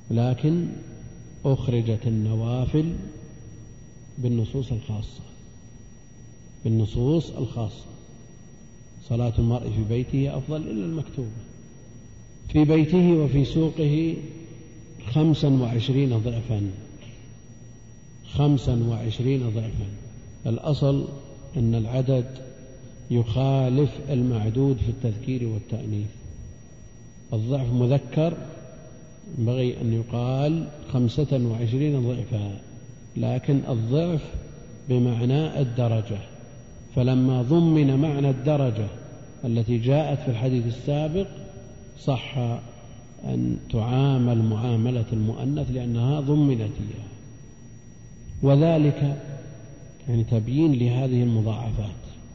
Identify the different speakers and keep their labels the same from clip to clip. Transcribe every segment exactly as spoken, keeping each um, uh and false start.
Speaker 1: لكن أخرجت النوافل بالنصوص الخاصة بالنصوص الخاصة صلاة المرء في بيته أفضل إلا المكتوبة. في بيته وفي سوقه خمسا وعشرين ضعفا خمسا وعشرين ضعفا. الأصل أن العدد يخالف المعدود في التذكير والتأنيث. الضعف مذكر ينبغي أن يقال خمسة وعشرين ضعفا، لكن الضعف بمعنى الدرجة، فلما ضمن معنى الدرجة التي جاءت في الحديث السابق صح أن تعامل معاملة المؤنث لأنها ضمنت إياها. وذلك يعني تبيين لهذه المضاعفات،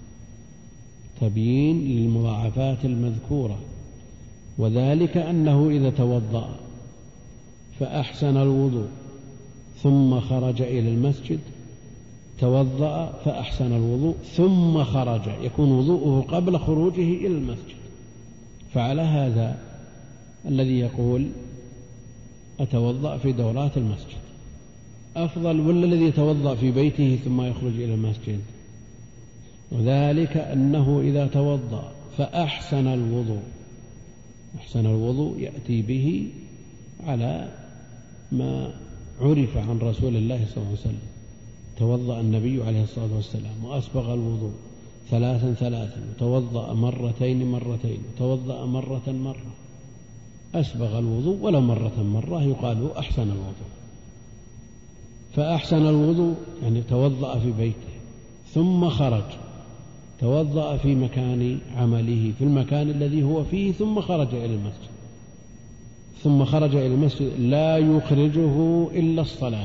Speaker 1: تبيين للمضاعفات المذكورة. وذلك أنه إذا توضأ فأحسن الوضوء ثم خرج إلى المسجد، توضأ فأحسن الوضوء ثم خرج، يكون وضوءه قبل خروجه إلى المسجد. فعلى هذا الذي يقول أتوضأ في دورات المسجد أفضل ولا الذي يتوضأ في بيته ثم يخرج إلى المسجد؟ وذلك أنه إذا توضأ فأحسن الوضوء، أحسن الوضوء يأتي به على ما عرف عن رسول الله صلى الله عليه وسلم. توضأ النبي عليه الصلاة والسلام وأسبغ الوضوء ثلاثا ثلاثا، وتوضأ مرتين مرتين، وتوضأ مرة مرة. أسبغ الوضوء ولو مرة مرة يقال أحسن الوضوء. فأحسن الوضوء يعني توضأ في بيته ثم خرج، توضأ في مكان عمله في المكان الذي هو فيه ثم خرج إلى المسجد، ثم خرج إلى المسجد لا يخرجه إلا الصلاة،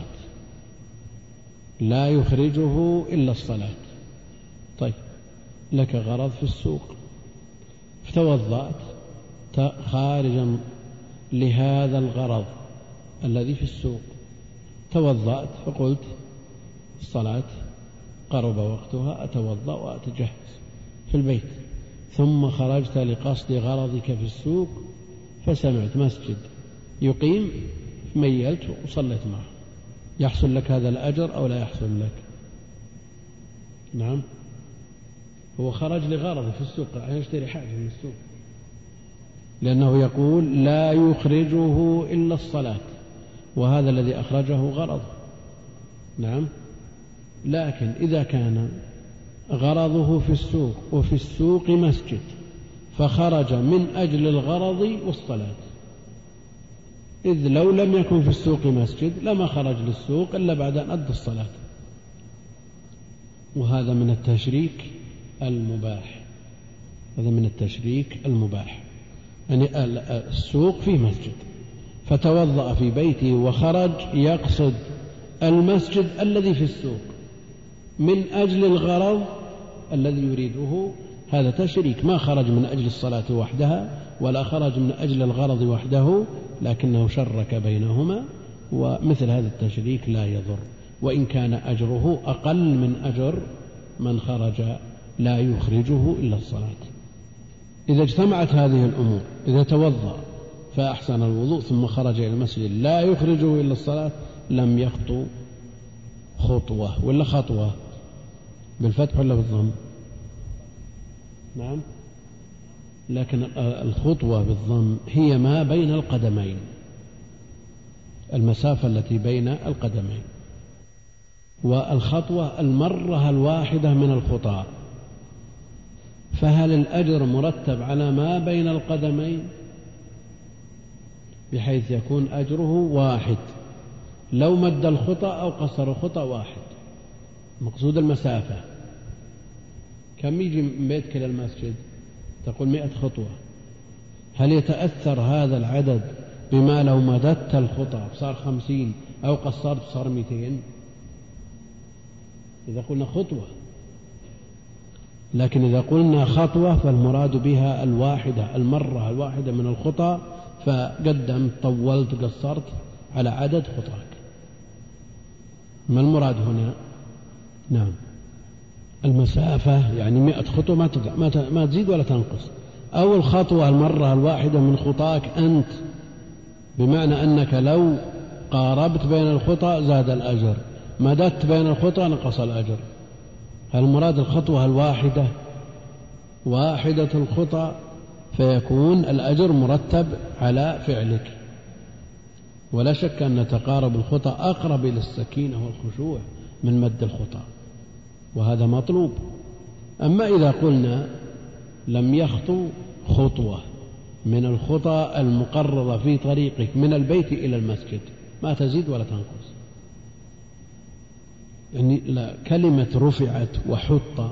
Speaker 1: لا يخرجه إلا الصلاة. طيب لك غرض في السوق فتوضأت خارجا لهذا الغرض الذي في السوق، توضأت فقلت الصلاة قرب وقتها أتوضأ وأتجهز في البيت، ثم خرجت لقصد غرضك في السوق فسمعت مسجد يقيم ميلت وصليت معه، يحصل لك هذا الأجر أو لا يحصل لك؟ نعم، هو خرج لغرضه في السوق عشان يشتري حاجة من السوق، لأنه يقول لا يخرجه إلا الصلاة، وهذا الذي أخرجه غرض. نعم، لكن إذا كان غرضه في السوق وفي السوق مسجد فخرج من أجل الغرض والصلاة، إذ لو لم يكن في السوق مسجد لما خرج للسوق إلا بعد أن أدى الصلاة. وهذا من التشريك المباح، هذا من التشريك المباح. يعني السوق فيه مسجد فتوضأ في بيته وخرج يقصد المسجد الذي في السوق من أجل الغرض الذي يريده، هذا تشريك، ما خرج من أجل الصلاة وحدها ولا خرج من أجل الغرض وحده، لكنه شرك بينهما، ومثل هذا التشريك لا يضر، وإن كان أجره أقل من أجر من خرج لا يخرجه إلا الصلاة. إذا اجتمعت هذه الأمور، إذا توضأ فأحسن الوضوء ثم خرج إلى المسجد لا يخرجه إلا الصلاة، لم يخطو خطوة ولا خطوة، بالفتح ولا بالضم؟ نعم، لكن الخطوة بالضم هي ما بين القدمين، المسافة التي بين القدمين، والخطوة المرة الواحدة من الخطى. فهل الأجر مرتب على ما بين القدمين بحيث يكون أجره واحد لو مد الخطى أو قصر الخطى واحد؟ مقصود المسافة، كم يجي من بيتك إلى المسجد؟ تقول مئة خطوة، هل يتأثر هذا العدد بما لو مددت الخطى صار خمسين أو قصرت صار مئتين؟ إذا قلنا خطوة، لكن إذا قلنا خطوة فالمراد بها الواحدة، المرة الواحدة من الخطى، فقدمت طولت قصرت على عدد خطاك. ما المراد هنا؟ نعم، المسافة، يعني مئة خطوة ما ما تزيد ولا تنقص، أو الخطوة المرة الواحدة من خطاك أنت بمعنى أنك لو قاربت بين الخطى زاد الأجر، مددت بين الخطى نقص الأجر. المراد الخطوة الواحدة، واحدة الخطى، فيكون الأجر مرتب على فعلك. ولا شك أن تقارب الخطى أقرب إلى السكينة والخشوع من مد الخطى، وهذا مطلوب. أما إذا قلنا لم يخطو خطوة من الخطى المقررة في طريقك من البيت إلى المسجد، ما تزيد ولا تنقص. يعني لا، كلمة رفعت وحط،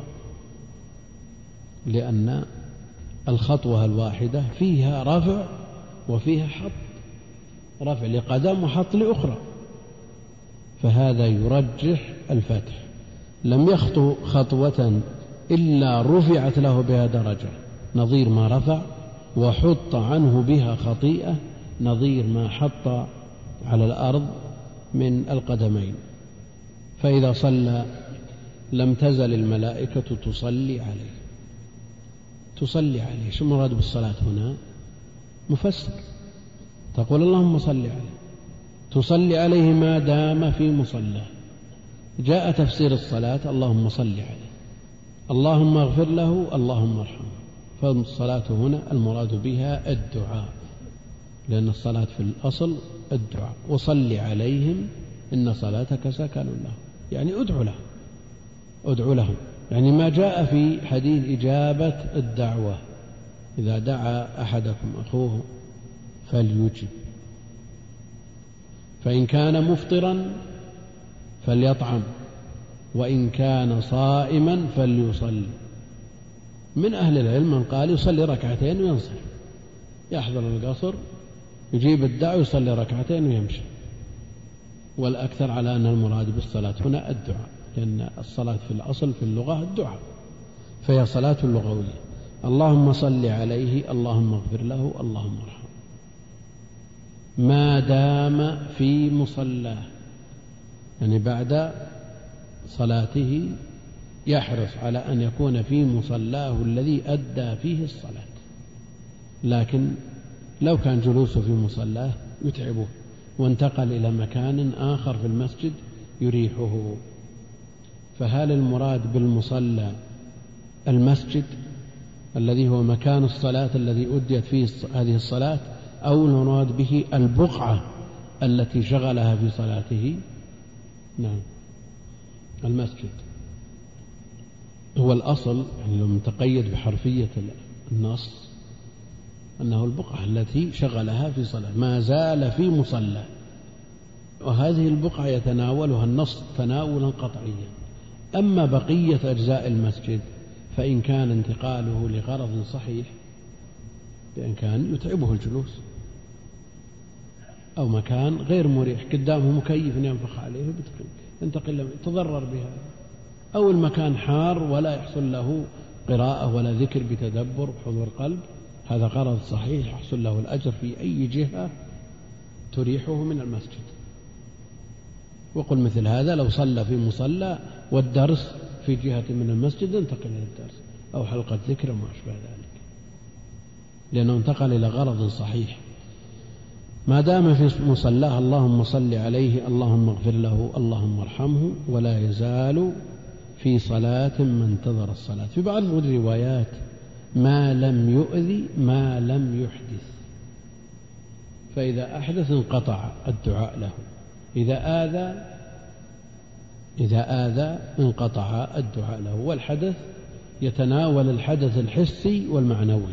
Speaker 1: لأن الخطوة الواحدة فيها رفع وفيها حط، رفع لقدم وحط لأخرى، فهذا يرجح الفتح. لم يخطو خطوة إلا رفعت له بها درجة نظير ما رفع، وحط عنه بها خطيئة نظير ما حط على الأرض من القدمين. فإذا صلى لم تزل الملائكة تصلي عليه. تصلي عليه، شو المراد بالصلاة هنا؟ مفسر، تقول اللهم صل عليه، تصلي عليه ما دام في مصلاه. جاء تفسير الصلاة اللهم صل عليه، اللهم اغفر له، اللهم ارحمه. فالصلاة هنا المراد بها الدعاء، لأن الصلاة في الأصل الدعاء. وصل عليهم إن صلاتك سكن له، يعني ادعو له، ادعو لهم. يعني ما جاء في حديث إجابة الدعوة، إذا دعا أحدكم أخوه فليجب، فإن كان مفطرا فليطعم، وإن كان صائما فليصلي. من أهل العلم من قال يصلي ركعتين وينصرف، يحضر القصر يجيب الدعوة يصلي ركعتين ويمشي. والأكثر على أن المراد بالصلاة هنا الدعاء، لأن الصلاة في الأصل في اللغة الدعاء، فهي صلاة لغوية. اللهم صل عليه، اللهم اغفر له، اللهم ارحمه، ما دام في مصلاه، يعني بعد صلاته يحرص على أن يكون في مصلاه الذي أدى فيه الصلاة. لكن لو كان جلوسه في مصلاه يتعبه وانتقل إلى مكان آخر في المسجد يريحه، فهل المراد بالمصلى المسجد الذي هو مكان الصلاة الذي أديت فيه هذه الصلاة، أو المراد به البقعة التي شغلها في صلاته؟ نعم، المسجد هو الأصل، يعني لو متقيد بحرفية النص أنه البقعة التي شغلها في صلاة، ما زال في مصلى، وهذه البقعة يتناولها النص تناولا قطعيا. أما بقية أجزاء المسجد فإن كان انتقاله لغرض صحيح، بأن كان يتعبه الجلوس، أو مكان غير مريح قدامه مكيف ينفخ عليه ينتقل يتضرر بها، أو المكان حار ولا يحصل له قراءة ولا ذكر بتدبر وحضور قلب، هذا غرض صحيح يحصل له الأجر في أي جهة تريحه من المسجد. وقل مثل هذا لو صلى في مصلى والدرس في جهة من المسجد انتقل إلى الدرس أو حلقة ذكر وما أشبه ذلك، لأنه انتقل إلى غرض صحيح. ما دام في مصلاه اللهم صل عليه، اللهم اغفر له، اللهم ارحمه، ولا يزال في صلاة ما انتظر الصلاة. في بعض الروايات ما لم يؤذي ما لم يحدث، فإذا أحدث انقطع الدعاء له، إذا آذى إذا آذى انقطع الدعاء له. والحدث يتناول الحدث الحسي والمعنوي،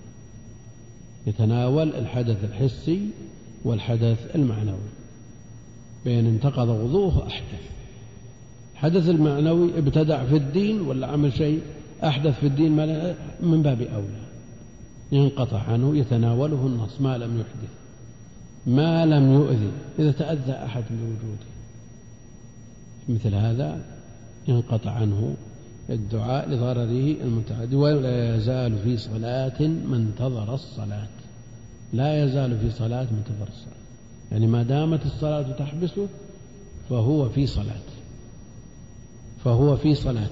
Speaker 1: يتناول الحدث الحسي والحدث المعنوي، بين انتقض وضوءه أحدث. الحدث المعنوي ابتدع في الدين ولا عمل شيء أحدث في الدين من باب أولى ينقطع عنه، يتناوله النص ما لم يحدث ما لم يؤذي. إذا تأذى أحد بوجوده مثل هذا ينقطع عنه الدعاء لضرره المتعدي. ولا يزال في صلاة من انتظر الصلاة، لا يزال في صلاة من انتظر الصلاة، يعني ما دامت الصلاة تحبسه فهو في صلاة، فهو في صلاة.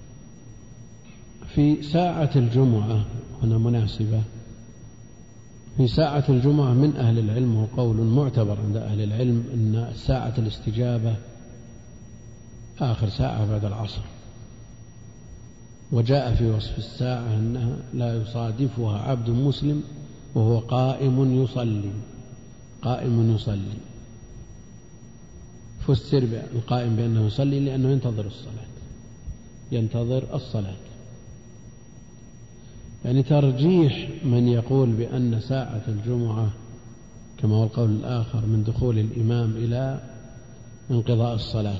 Speaker 1: في ساعة الجمعة هنا مناسبة، في ساعة الجمعة من أهل العلم، وقول معتبر عند أهل العلم، أن ساعة الاستجابة آخر ساعة بعد العصر، وجاء في وصف الساعة أنها لا يصادفها عبد مسلم وهو قائم يصلي. قائم يصلي فسر القائم بأنه يصلي لأنه ينتظر الصلاة، ينتظر الصلاة. يعني ترجيح من يقول بأن ساعة الجمعة كما هو القول الآخر من دخول الإمام إلى انقضاء الصلاة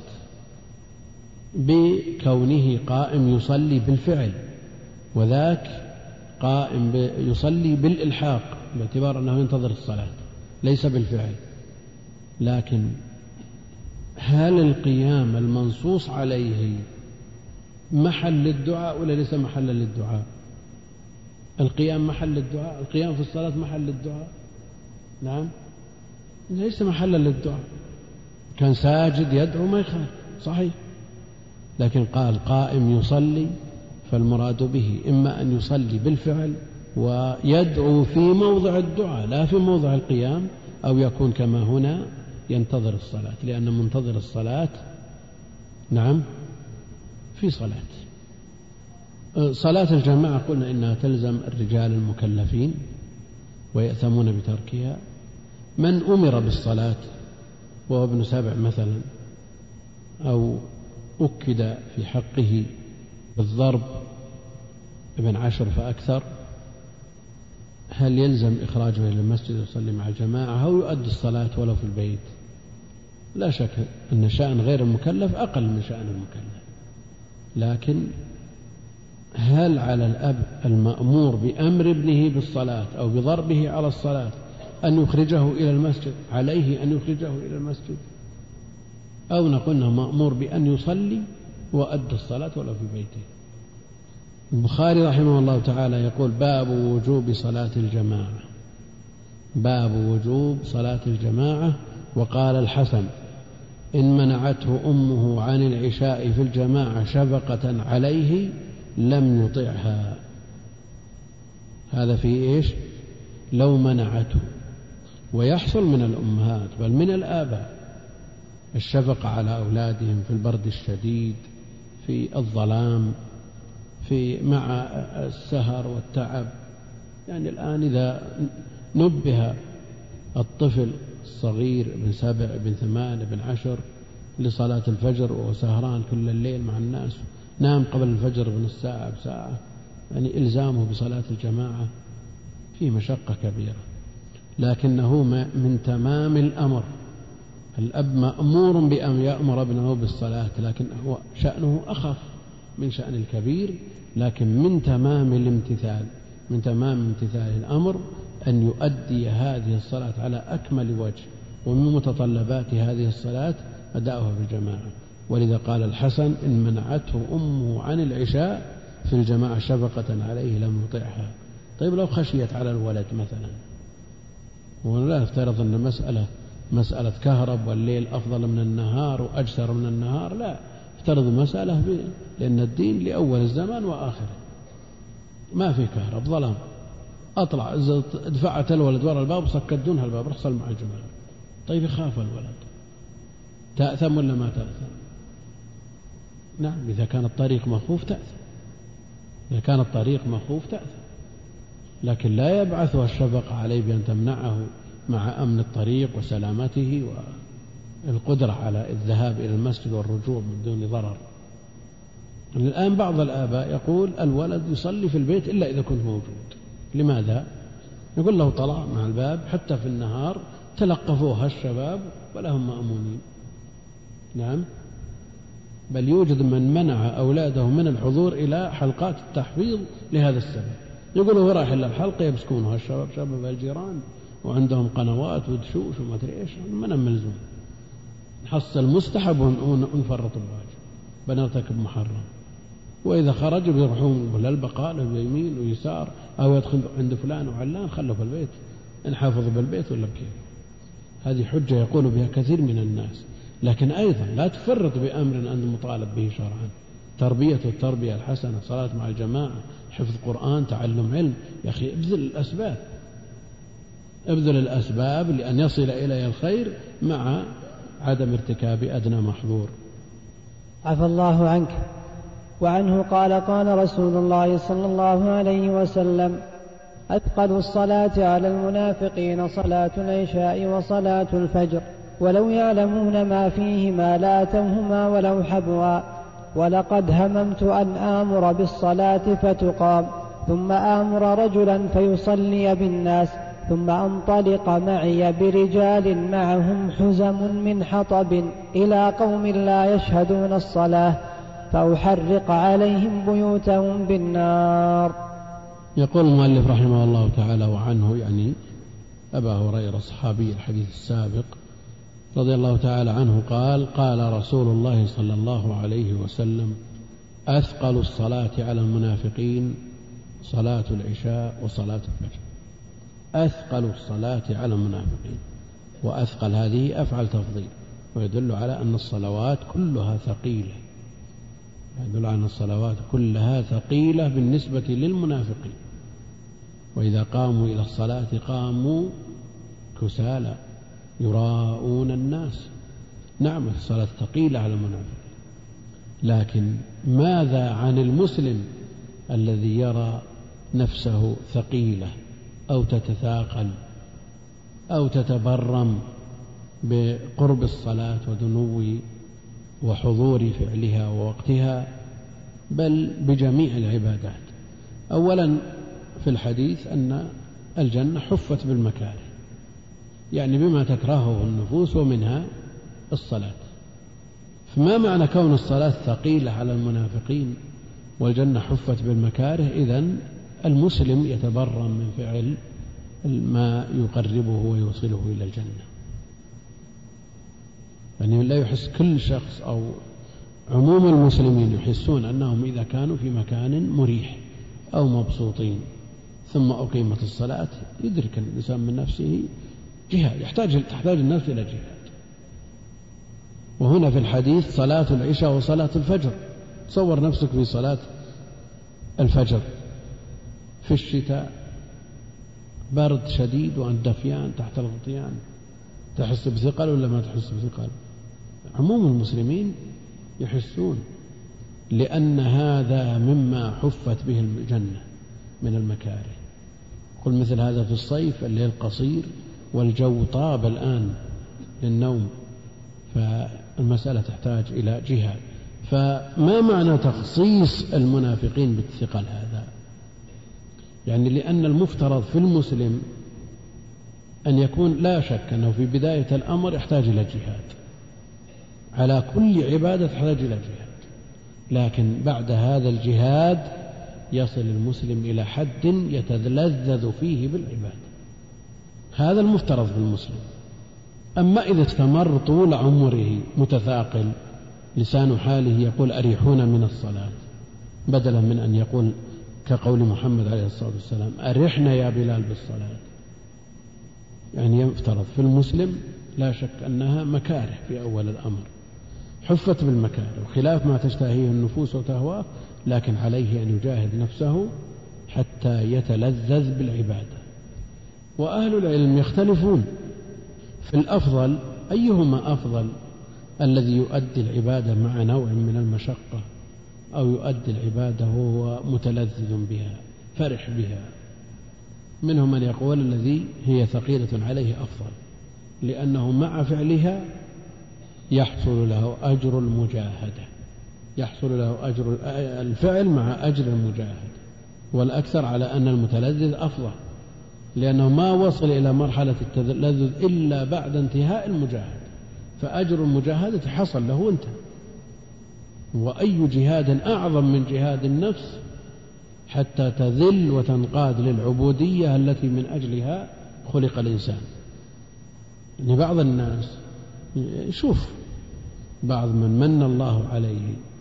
Speaker 1: بكونه قائم يصلي بالفعل، وذاك قائم يصلي بالإلحاق باعتبار أنه ينتظر الصلاة ليس بالفعل. لكن هل القيام المنصوص عليه محل للدعاء ولا ليس محل للدعاء؟ القيام محل للدعاء، القيام في الصلاة محل للدعاء؟ نعم، ليس محلا للدعاء. كان ساجد يدعو ما يخالف صحيح، لكن قال قائم يصلي، فالمراد به إما أن يصلي بالفعل ويدعو في موضع الدعاء لا في موضع القيام، أو يكون كما هنا ينتظر الصلاة، لأن منتظر الصلاة نعم في صلاة. صلاة الجماعة قلنا إنها تلزم الرجال المكلفين ويأثمون بتركها. من أمر بالصلاة وهو ابن سبع مثلا، أو أكد في حقه بالضرب ابن عشر فأكثر، هل يلزم إخراجه إلى المسجد ويصلي مع الجماعة أو يؤدي الصلاة ولو في البيت؟ لا شك أن شأن غير المكلف أقل من شأن المكلف، لكن هل على الأب المأمور بأمر ابنه بالصلاة أو بضربه على الصلاة أن يخرجه إلى المسجد؟ عليه أن يخرجه إلى المسجد، أو نقول أنه مأمور بأن يصلي وأدى الصلاة ولو في بيته؟ البخاري رحمه الله تعالى يقول باب وجوب صلاة الجماعة، باب وجوب صلاة الجماعة. وقال الحسن إن منعته أمه عن العشاء في الجماعة شفقة عليه لم يطعها. هذا في إيش؟ لو منعته. ويحصل من الأمهات بل من الآباء الشفقة على أولادهم في البرد الشديد، في الظلام، في مع السهر والتعب. يعني الآن إذا نبه الطفل الصغير ابن سبع ابن ثمان ابن عشر لصلاة الفجر وهو سهران كل الليل مع الناس، نام قبل الفجر بنص ساعة بساعة، يعني إلزامه بصلاة الجماعة فيه مشقة كبيرة. لكنه من تمام الأمر، الأب مأمور بأن يأمر ابنه بالصلاة، لكن هو شأنه أخف من شأن الكبير. لكن من تمام الامتثال، من تمام امتثال الأمر أن يؤدي هذه الصلاة على أكمل وجه، ومن متطلبات هذه الصلاة أداؤها بالجماعة. ولذا قال الحسن إن منعته أمه عن العشاء في الجماعة شفقة عليه لم يطعها. طيب لو خشيت على الولد مثلا، ولا نفترض أن مسألة مسألة كهرب والليل أفضل من النهار وأجسر من النهار، لا، افترض مسألة ب... لأن الدين لأول الزمان وآخره ما في كهرب، ظلام، أطلع دفعت الولد وراء الباب سكدونها الباب رحصل مع الجماعة. طيب يخاف الولد، تأثم ولا ما تأثم؟ نعم، إذا كان الطريق مخوف تأثم، إذا كان الطريق مخوف تأثم، لكن لا يبعثها الشفقة عليه بأن تمنعه مع أمن الطريق وسلامته والقدرة على الذهاب إلى المسجد والرجوع من دون ضرر. الآن بعض الآباء يقول الولد يصلي في البيت إلا إذا كنت موجود. لماذا؟ يقول له طلع مع الباب حتى في النهار تلقفوها الشباب ولا هم مأمونين. نعم، بل يوجد من منع أولاده من الحضور إلى حلقات التحفيظ لهذا السبب. يقول هو رايح إلى الحلقة يمسكونها الشباب، شباب الجيران وعندهم قنوات ودشوش وما أدري إيش، من ملزوم نحصل مستحب ونفرط الواجب بنرتكب محرم. وإذا خرجوا بيروحون للبقالة بيمين ويسار أو يدخل عند فلان وعلان، خلوا في البيت نحافظ بالبيت ولا بكيف. هذه حجة يقول بها كثير من الناس. لكن أيضا لا تفرط بأمر أنت مطالب به شرعا. تربية التربية الحسنة، صلاة مع الجماعة، حفظ قرآن، تعلم علم، يا أخي ابذل الأسباب. ابذل الأسباب لأن يصل إليه الخير مع عدم ارتكاب أدنى محظور.
Speaker 2: عفى الله عنك. وعنه قال قال رسول الله صلى الله عليه وسلم: أثقل الصلاة على المنافقين صلاة العشاء وصلاة الفجر، ولو يعلمون ما فيهما لاتوهما ولو حبوا. ولقد هممت أن آمر بالصلاة فتقام، ثم آمر رجلا فيصلي بالناس، ثم أنطلق معي برجال معهم حزم من حطب إلى قوم لا يشهدون الصلاة، فأحرق عليهم بيوتهم بالنار.
Speaker 1: يقول المؤلف رحمه الله تعالى وعنه، يعني أبا هريرة صحابي الحديث السابق رضي الله تعالى عنه، قال: قال رسول الله صلى الله عليه وسلم: أثقل الصلاة على المنافقين صلاة العشاء وصلاة الفجر. أثقل الصلاة على المنافقين، وأثقل هذه أفعل تفضيل، ويدل على أن الصلوات كلها ثقيلة، يدل على أن الصلوات كلها ثقيلة بالنسبة للمنافقين، وإذا قاموا إلى الصلاة قاموا كسالى يراءون الناس. نعم الصلاة ثقيلة على المنافقين، لكن ماذا عن المسلم الذي يرى نفسه ثقيلة أو تتثاقل أو تتبرم بقرب الصلاة ودنو وحضور فعلها ووقتها، بل بجميع العبادات؟ أولا في الحديث أن الجنة حفت بالمكاره، يعني بما تكرهه النفوس ومنها الصلاة. فما معنى كون الصلاة ثقيلة على المنافقين والجنة حفت بالمكاره؟ إذن المسلم يتبرم من فعل ما يقربه ويوصله إلى الجنة، يعني لا يحس كل شخص أو عموم المسلمين يحسون أنهم إذا كانوا في مكان مريح أو مبسوطين ثم أقيمت الصلاة يدرك الإنسان من نفسه جهاد، يحتاج تحتاج النفس إلى جهاد. وهنا في الحديث صلاة العشاء وصلاة الفجر. تصور نفسك في صلاة الفجر في الشتاء، برد شديد وأنت دفيان تحت الغطيان، تحس بثقل ولا ما تحس بثقل؟ عموم المسلمين يحسون، لأن هذا مما حفت به الجنة من المكاره. قل مثل هذا في الصيف، الليل قصير والجو طاب الآن للنوم، فالمسألة تحتاج إلى جهاد. فما معنى تخصيص المنافقين بالثقل هذا؟ يعني لأن المفترض في المسلم أن يكون لا شك أنه في بداية الأمر يحتاج إلى جهاد، على كل عبادة يحتاج إلى جهاد، لكن بعد هذا الجهاد يصل المسلم إلى حد يتلذذ فيه بالعبادة. هذا المفترض في المسلم. أما إذا استمر طول عمره متثاقل، لسان حاله يقول أريحونا من الصلاة، بدلا من أن يقول كقول محمد عليه الصلاة والسلام أرحنا يا بلال بالصلاة. يعني يفترض في المسلم لا شك أنها مكاره في أول الأمر، حفت بالمكاره وخلاف ما تشتهيه النفوس وتهواه، لكن عليه أن يجاهد نفسه حتى يتلذذ بالعبادة. وأهل العلم يختلفون في الأفضل، أيهما أفضل، الذي يؤدي العبادة مع نوع من المشقة أو يؤدي العبادة وهو متلذذ بها فرح بها؟ منهم من يقول الذي هي ثقيلة عليه أفضل، لأنه مع فعلها يحصل له أجر المجاهدة، يحصل له أجر الفعل مع أجر المجاهدة. والأكثر على أن المتلذذ أفضل، لأنه ما وصل إلى مرحلة التلذذ إلا بعد انتهاء المجاهدة، فأجر المجاهدة حصل له انتهى. وأي جهاد أعظم من جهاد النفس حتى تذل وتنقاد للعبودية التي من أجلها خلق الإنسان. يعني بعض الناس شوف، بعض من من الله عليه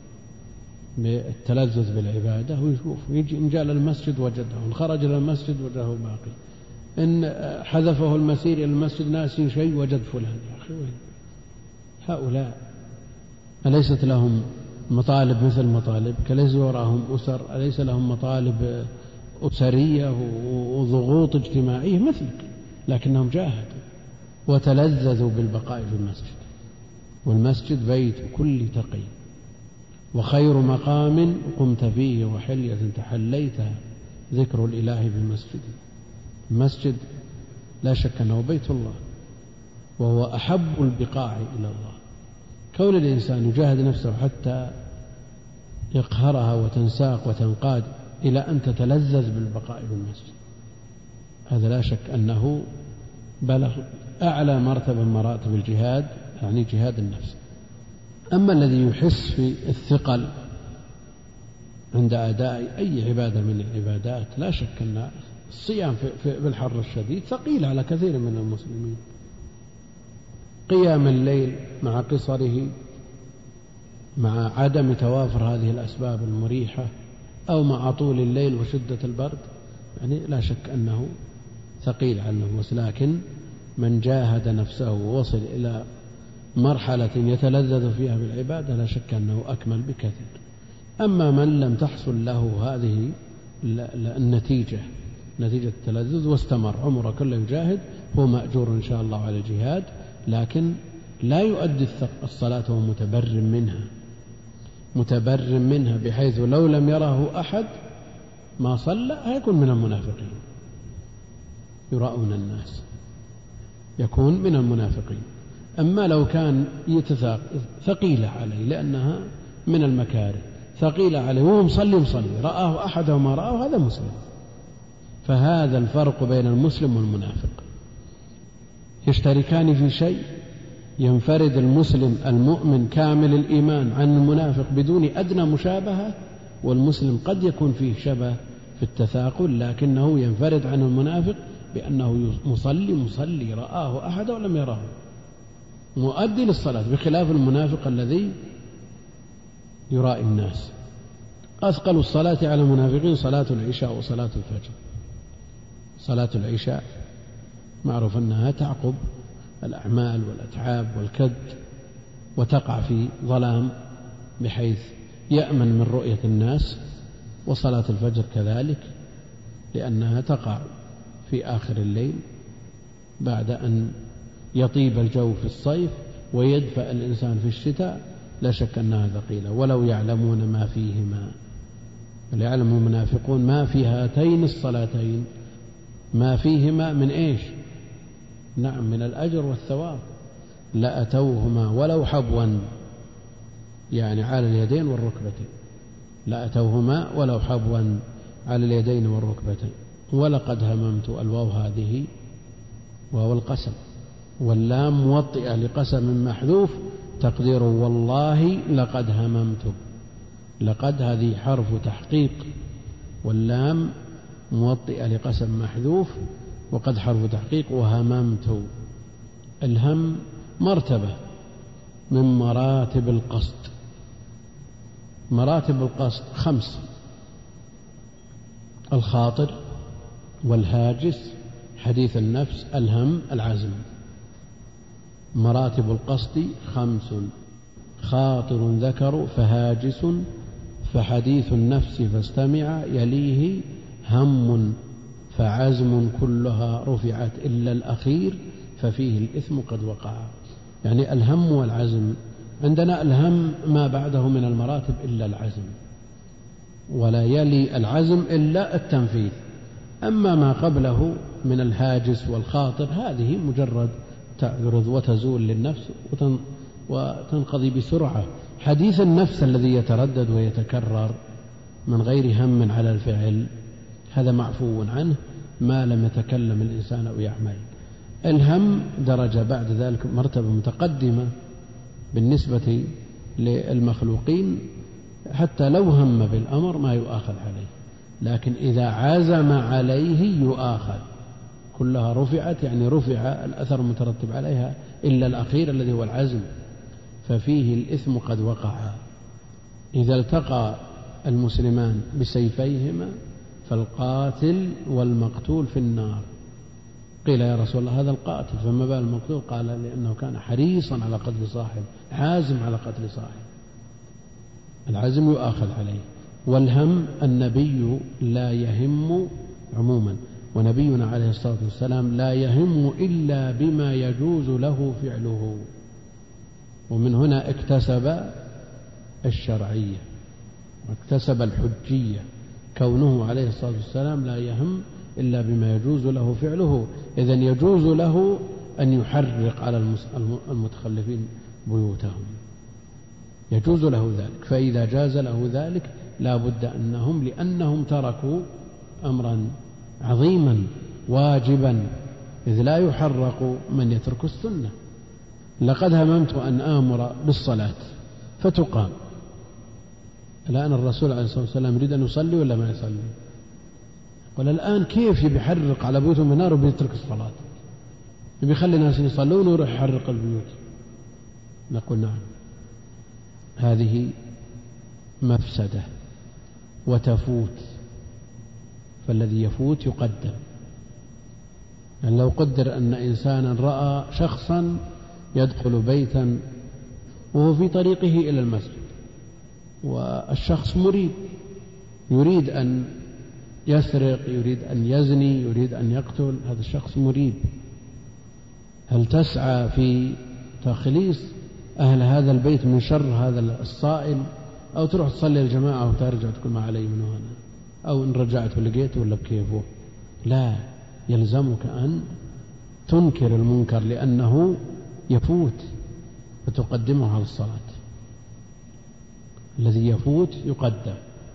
Speaker 1: بالتلذذ بالعبادة ويشوف، يجي إن جاء للمسجد وجده، إن خرج إلى المسجد وجده باقي، إن حذفه المسير إلى المسجد ناسي شيء وجد فلان. يا أخي هؤلاء أليست لهم مطالب مثل مطالبك؟ أليس وراهم أسر؟ أليس لهم مطالب أسرية وضغوط اجتماعية مثلك؟ لكنهم جاهدوا وتلذذوا بالبقاء في المسجد، والمسجد بيت كل تقي، وخير مقام قمت فيه وحلية تحليتها ذكر الإله بالمسجد. المسجد لا شك أنه بيت الله، وهو أحب البقاع إلى الله. كون الإنسان يجاهد نفسه حتى يقهرها وتنساق وتنقاد إلى أن تتلذذ بالبقاء بالمسجد، هذا لا شك أنه بلغ أعلى مرتبة من مراتب الجهاد، يعني جهاد النفس. أما الذي يحس في الثقل عند أداء أي عبادة من العبادات، لا شك أن الصيام في بالحر الشديد ثقيل على كثير من المسلمين. قيام الليل مع قصره، مع عدم توافر هذه الأسباب المريحة، أو مع طول الليل وشدة البرد، يعني لا شك أنه ثقيل على النفوس. لكن من جاهد نفسه ووصل إلى مرحلة يتلذذ فيها بالعبادة لا شك أنه أكمل بكثير. أما من لم تحصل له هذه النتيجة، نتيجة التلذذ، واستمر عمره كله يجاهد، هو مأجور إن شاء الله على الجهاد، لكن لا يؤدي الصلاة وهو متبرم منها، متبرم منها بحيث لو لم يره أحد ما صلى هيكون من المنافقين، يراؤون الناس، يكون من المنافقين. أما لو كان يتثاق ثقيلة عليه لأنها من المكاره، ثقيلة عليه وهو مصلي مصلي رآه أحد وما رآه، هذا مسلم. فهذا الفرق بين المسلم والمنافق، يشتركان في شيء، ينفرد المسلم المؤمن كامل الإيمان عن المنافق بدون أدنى مشابهة، والمسلم قد يكون فيه شبه في التثاقل لكنه ينفرد عن المنافق بأنه مصلي مصلي رآه أحد ولم يراه، مؤدي للصلاة، بخلاف المنافق الذي يرائي الناس. أثقل الصلاة على المنافقين صلاة العشاء وصلاة الفجر. صلاة العشاء معروف أنها تعقب الأعمال والأتعاب والكد، وتقع في ظلام بحيث يأمن من رؤية الناس، وصلاة الفجر كذلك لأنها تقع في آخر الليل بعد أن يطيب الجو في الصيف ويدفأ الإنسان في الشتاء، لا شك أنها ثقيلة. ولو يعلمون ما فيهما، وليعلم المنافقون ما في هاتين الصلاتين، ما فيهما من إيش؟ نعم، من الأجر والثواب، لأتوهما ولو حبوا، يعني على اليدين والركبتين، لأتوهما ولو حبوا على اليدين والركبتين. ولقد هممت، الواو هذه واو القسم، واللام موطئة لقسم محذوف، تقدير والله لقد هممت. لقد هذه حرف تحقيق، واللام موطئة لقسم محذوف، وقد حرف تحقيق، وهممت. الهم مرتبة من مراتب القصد. مراتب القصد خمس: الخاطر والهاجس، حديث النفس، الهم، العزم. مراتب القصد خمس: خاطر ذكر فهاجس، فحديث النفس فاستمع، يليه هم فعزم، كلها رفعت إلا الأخير ففيه الإثم قد وقع. يعني الهم والعزم، عندنا الهم ما بعده من المراتب إلا العزم، ولا يلي العزم إلا التنفيذ. أما ما قبله من الهاجس والخاطر هذه مجرد تعرض وتزول للنفس وتنقضي بسرعة. حديث النفس الذي يتردد ويتكرر من غير هم على الفعل هذا معفو عنه ما لم يتكلم الإنسان أو يعمل. الهم درجة بعد ذلك، مرتبة متقدمة بالنسبة للمخلوقين، حتى لو هم بالأمر ما يؤاخذ عليه، لكن إذا عزم عليه يؤاخذ. كلها رفعت، يعني رفع الأثر المترتب عليها إلا الأخير الذي هو العزم، ففيه الإثم قد وقع. إذا التقى المسلمان بسيفيهما فالقاتل والمقتول في النار. قيل يا رسول الله هذا القاتل فما بال المقتول؟ قال لأنه كان حريصا على قتل صاحب، عازم على قتل صاحب. العزم يؤاخذ عليه. والهم النبي لا يهم عموما، ونبينا عليه الصلاة والسلام لا يهم إلا بما يجوز له فعله، ومن هنا اكتسب الشرعية واكتسب الحجية، كونه عليه الصلاة والسلام لا يهم إلا بما يجوز له فعله. إذن يجوز له أن يحرق على المتخلفين بيوتهم، يجوز له ذلك. فإذا جاز له ذلك لا بد أنهم، لأنهم تركوا أمرا عظيما واجبا، إذ لا يحرق من يترك السنة. لقد هممت أن آمر بالصلاة فتقام، الآن الرسول عليه الصلاة والسلام يريد أن يصلي ولا ما يصلي؟ ولا الآن كيف يحرق على بيوتهم بالنار وبيترك الصلاة، يخلي الناس يصلون ويروح يحرق البيوت؟ نقول نعم، هذه مفسدة وتفوت، فالذي يفوت يقدم. يعني لو قدر أن إنسانا رأى شخصا يدخل بيتا وهو في طريقه إلى المسجد، والشخص مريد، يريد أن يسرق، يريد أن يزني، يريد أن يقتل، هذا الشخص مريد، هل تسعى في تخليص أهل هذا البيت من شر هذا الصائل، أو تروح تصلي الجماعة وترجع تقول ما علي من هنا، أو إن رجعت ولقيته ولا بكيفه؟ لا، يلزمك أن تنكر المنكر لأنه يفوت فتقدمه على الصلاة. الذي يفوت يقدم،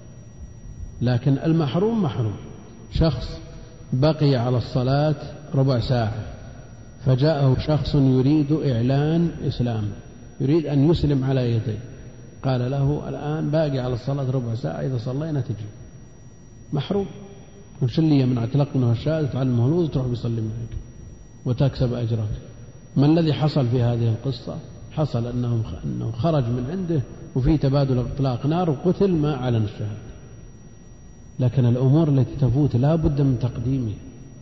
Speaker 1: لكن المحروم محروم. شخص بقي على الصلاة ربع ساعة فجاءه شخص يريد إعلان إسلام، يريد أن يسلم على يديه، قال له الآن باقي على الصلاة ربع ساعة، إذا صلينا تجي، محروم. وش اللي يمنع؟ تلقنه الشهادة تعلمه الوضوء تروح بيصلي معك وتكسب أجره. ما الذي حصل في هذه القصة؟ حصل أنه أنه خرج من عنده وفي تبادل اطلاق نار وقتل ما أعلن الشهادة. لكن الأمور التي تفوت لا بد من تقديمها،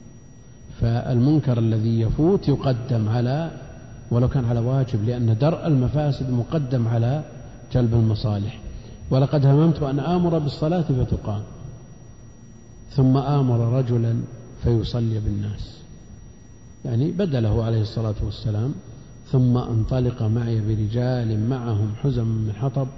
Speaker 1: فالمنكر الذي يفوت يقدم على، ولو كان على واجب، لأن درء المفاسد مقدم على جلب المصالح. ولقد هممت أن آمر بالصلاة فتقام، ثم آمر رجلا فيصلي بالناس، يعني بدله عليه الصلاة والسلام، ثم انطلق معي برجال معهم حزم من حطب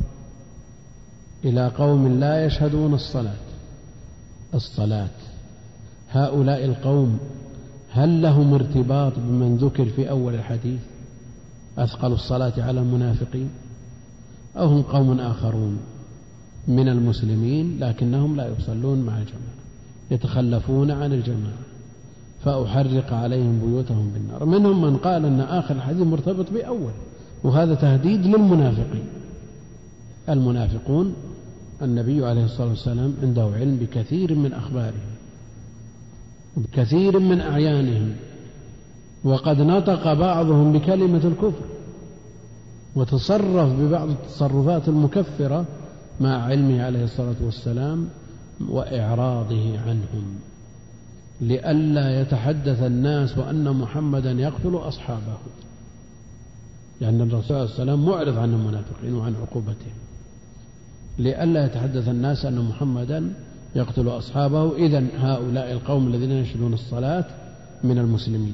Speaker 1: إلى قوم لا يشهدون الصلاة. الصلاة هؤلاء القوم هل لهم ارتباط بمن ذكر في أول الحديث أثقل الصلاة على المنافقين، أو هم قوم آخرون من المسلمين لكنهم لا يصلون مع الجماعة، يتخلفون عن الجماعة، فأحرق عليهم بيوتهم بالنار. منهم من قال أن آخر الحديث مرتبط بأول، وهذا تهديد للمنافقين. المنافقون النبي عليه الصلاة والسلام عنده علم بكثير من أخبارهم وبكثير من أعيانهم، وقد نطق بعضهم بكلمة الكفر وتصرف ببعض التصرفات المكفرة مع علمه عليه الصلاة والسلام وإعراضه عنهم، لئلا يتحدث الناس وأن محمدا يقتل أصحابه، لأن الرسول صلى الله عليه وسلم معرض عن المنافقين وعن عقوبتهم، لئلا يتحدث الناس أن محمدا يقتل أصحابه. إذن هؤلاء القوم الذين ينشدون الصلاة من المسلمين،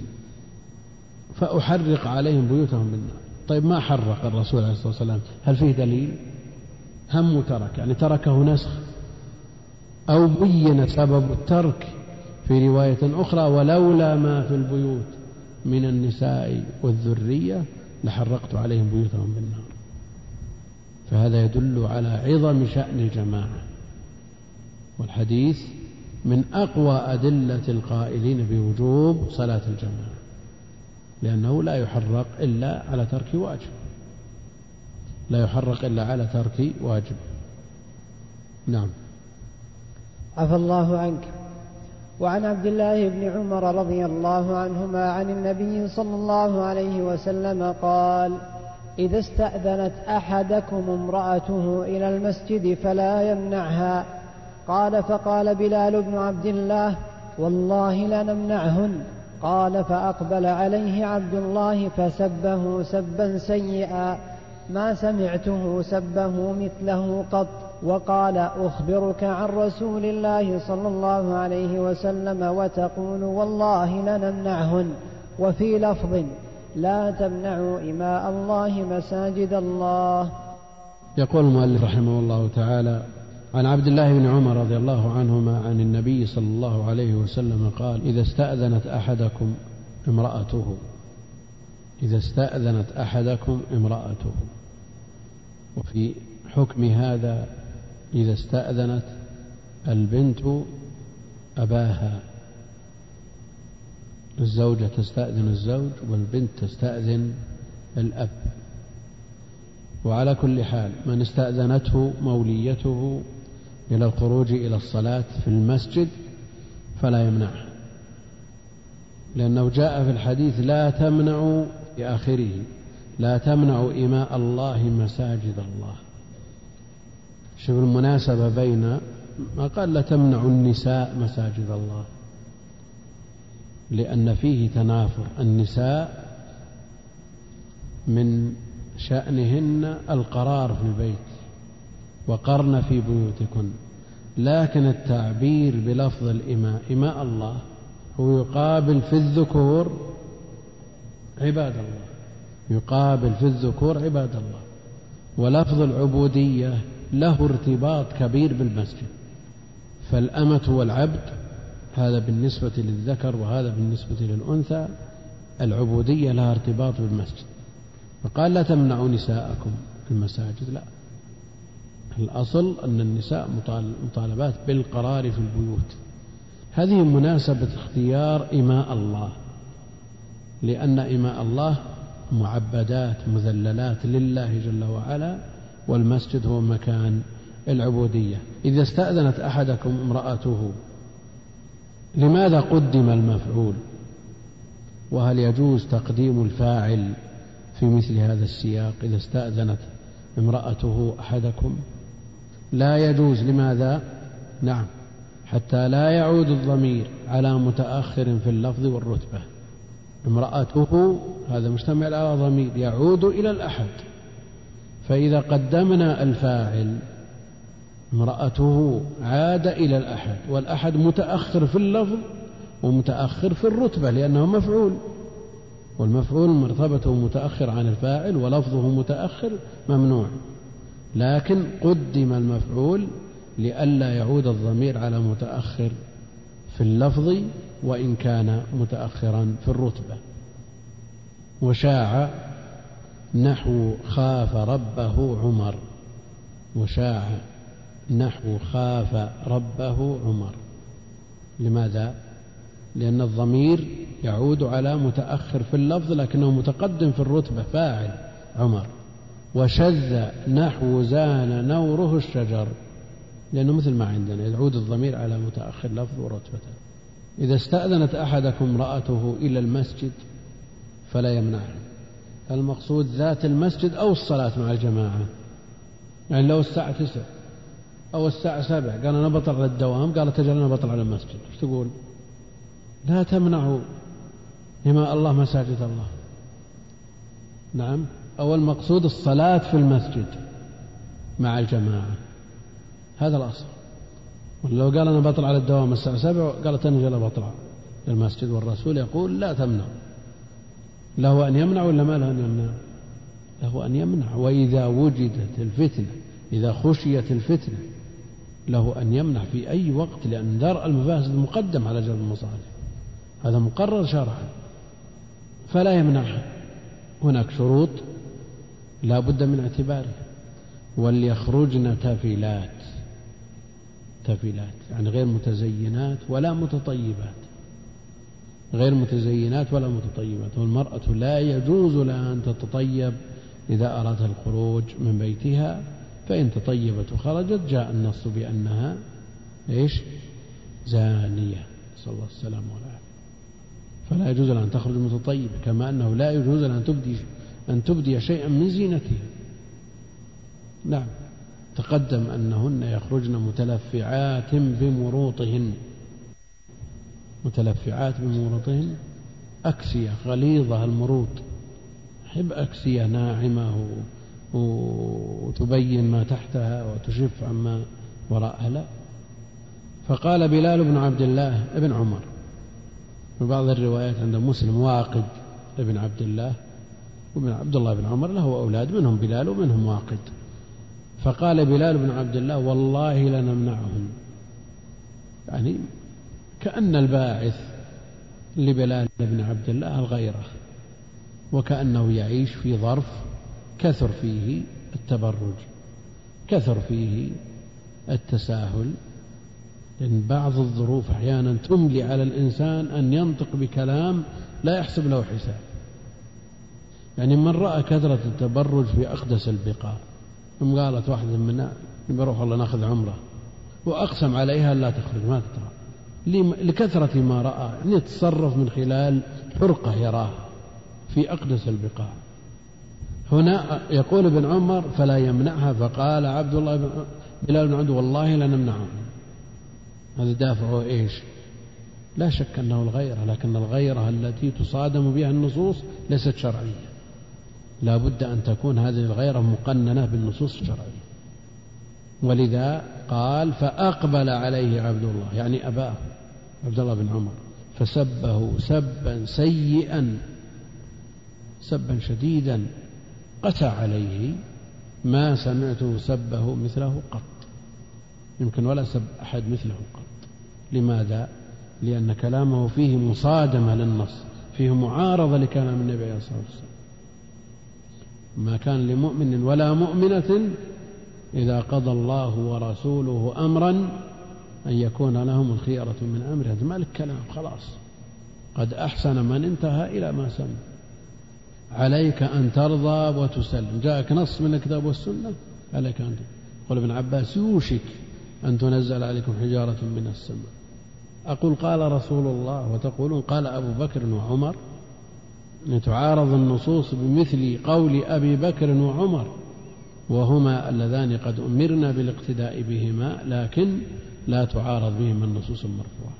Speaker 1: فأحرق عليهم بيوتهم بالنار. طيب ما حرق الرسول عليه الصلاة والسلام؟ هل فيه دليل؟ هم ترك، يعني تركه نسخ، أو بين سبب الترك في رواية أخرى: ولولا ما في البيوت من النساء والذرية لحرقت عليهم بيوتهم بالنار. فهذا يدل على عظم شأن الجماعة، والحديث من أقوى أدلة القائلين بوجوب صلاة الجماعة، لأنه لا يحرق إلا على ترك واجب، لا يحرق إلا على ترك واجب. نعم.
Speaker 2: عفى الله عنك. وعن عبد الله بن عمر رضي الله عنهما عن النبي صلى الله عليه وسلم قال: إذا استأذنت أحدكم امرأته إلى المسجد فلا يمنعها. قال: فقال بلال بن عبد الله: والله لنمنعهن. قال: فأقبل عليه عبد الله فسبه سبا سيئا، ما سمعته سبه مثله قط. وقال أخبرك عن رسول الله صلى الله عليه وسلم وتقول والله لنمنعهن. وفي لفظ لا تمنعوا إماء الله مساجد الله.
Speaker 1: يقول المؤلف رحمه الله تعالى عن عبد الله بن عمر رضي الله عنهما عن النبي صلى الله عليه وسلم قال إذا استأذنت أحدكم امرأته إذا استأذنت أحدكم امرأته وفي حكم هذا إذا استأذنت البنت أباها. الزوجة تستأذن الزوج والبنت تستأذن الأب. وعلى كل حال من استأذنته موليته إلى الخروج إلى الصلاة في المسجد فلا يمنعها، لأنه جاء في الحديث لا تمنعوا في آخره لا تمنعوا إماء الله مساجد الله. شوف المناسبة بين ما قال لا تمنعوا النساء مساجد الله، لأن فيه تنافر. النساء من شأنهن القرار في البيت وقرن في بيوتكن، لكن التعبير بلفظ الإماء إماء الله هو يقابل في الذكور عباد الله يقابل في الذكور عباد الله. ولفظ العبودية له ارتباط كبير بالمسجد، فالأمة والعبد هذا بالنسبة للذكر وهذا بالنسبة للأنثى. العبودية لها ارتباط بالمسجد، فقال لا تمنعوا نساءكم المساجد، لا، الأصل أن النساء مطالبات بالقرار في البيوت. هذه مناسبة اختيار إماء الله، لأن إماء الله معبدات مذللات لله جل وعلا، والمسجد هو مكان العبودية. إذا استأذنت أحدكم امرأته، لماذا قدم المفعول؟ وهل يجوز تقديم الفاعل في مثل هذا السياق؟ إذا استأذنت امرأته أحدكم لا يجوز. لماذا؟ نعم، حتى لا يعود الضمير على متأخر في اللفظ والرتبة. امرأته هذا مشتمل على ضمير يعود إلى الأحد، فإذا قدمنا الفاعل امرأته عاد إلى الأحد، والأحد متأخر في اللفظ ومتأخر في الرتبة لأنه مفعول، والمفعول مرتبته متأخر عن الفاعل ولفظه متأخر ممنوع. لكن قدم المفعول لئلا يعود الضمير على متأخر في اللفظ وإن كان متأخرا في الرتبة. وشاع نحو خاف ربه عمر وشاع نحو خاف ربه عمر. لماذا؟ لأن الضمير يعود على متأخر في اللفظ لكنه متقدم في الرتبة فاعل عمر. وشذ نحو زان نوره الشجر، لأنه مثل ما عندنا يعود الضمير على متأخر لفظ ورتبة. إذا استأذنت أحدكم امرأته إلى المسجد فلا يمنعها. المقصود ذات المسجد أو الصلاة مع الجماعة. يعني لو الساعة تسع أو الساعة سبع قال أنا بطلع على الدوام، قال تجل أنا بطلع على المسجد، ايش تقول؟ لا تمنعوا إماء الله مساجد الله. نعم، أو المقصود الصلاة في المسجد مع الجماعة، هذا الأصل. ولو قال أنا بطلع على الدوام الساعة سبع قالت أنا جل بطلع المسجد، والرسول يقول لا تمنع. له أن يمنع ولا ما له أن يمنع؟ له أن يمنع. وإذا وجدت الفتنة، إذا خشيت الفتنة، له أن يمنع في أي وقت، لأن درء المفاسد مقدم على جلب المصالح، هذا مقرر شرعا، فلا يمنعها. هناك شروط لا بد من اعتبارها. وليخرجن تافلات، تافلات يعني غير متزينات ولا متطيبات، غير متزينات ولا متطيبات. والمرأة لا يجوز لها أن تتطيب إذا أرادت الخروج من بيتها، فإن تطيبت وخرجت جاء النص بأنها إيش؟ زانية، صلى الله عليه وسلم. فلا يجوز لها أن تخرج متطيبة، كما أنه لا يجوز لها أن تبدي أن تبدي شيئا من زينتها. نعم، تقدم أنهن يخرجن متلفعات بمروطهن، متلفعات بمروطهن، أكسية غليظة المروط، حب أكسية ناعمة وتبين ما تحتها وتشف عما وراءها، لا. فقال بلال بن عبد الله ابن عمر، في بعض الروايات عند مسلم واقد ابن عبد الله، وابن عبد الله بن عمر له أولاد منهم بلال ومنهم واقد. فقال بلال بن عبد الله والله لنمنعهم، يعني كأن الباعث لبلال بن عبد الله الغيرة، وكأنه يعيش في ظرف كثر فيه التبرج، كثر فيه التساهل، لأن بعض الظروف أحيانا تملي على الإنسان أن ينطق بكلام لا يحسب له حساب. يعني من رأى كثرة التبرج في أقدس البقاع، ثم قالت واحدة منا بروح الله ناخذ عمره، وأقسم عليها لا تخرج ما تترى لكثرة ما رأى، يعني يتصرف من خلال حرقة يراها في أقدس البقاع. هنا يقول ابن عمر فلا يمنعها، فقال عبد الله بن بلال بن عبد والله لنمنعهم. هذا دافعه إيش؟ لا شك أنه الغيرة، لكن الغيرة التي تصادم بها النصوص ليست شرعية، لا بد أن تكون هذه الغيرة مقننة بالنصوص الشرعية. ولذا قال فأقبل عليه عبد الله، يعني أباه عبد الله بن عمر، فسبه سبا سيئا، سبا شديدا قسى عليه، ما سمعته سبه مثله قط، يمكن ولا سب أحد مثله قط. لماذا؟ لأن كلامه فيه مصادمة للنص، فيه معارضة لكلام النبي عليه الصلاة والسلام. ما كان لمؤمن ولا مؤمنة إذا قضى الله ورسوله أمرا أن يكون لهم الخيرة من أمره. هذا ما لك كلام، خلاص قد أحسن من انتهى إلى ما سمع. عليك أن ترضى وتسلم، جاءك نص من الكتاب والسنة عليك أن ترضى. قال ابن عباس يوشك أن تنزل عليكم حجارة من السماء. أقول قال رسول الله وتقولون قال أبو بكر وعمر، تعارض النصوص بمثل قول أبي بكر وعمر، وهما اللذان قد أمرنا بالاقتداء بهما، لكن لا تعارض بهما النصوص المرفوعة.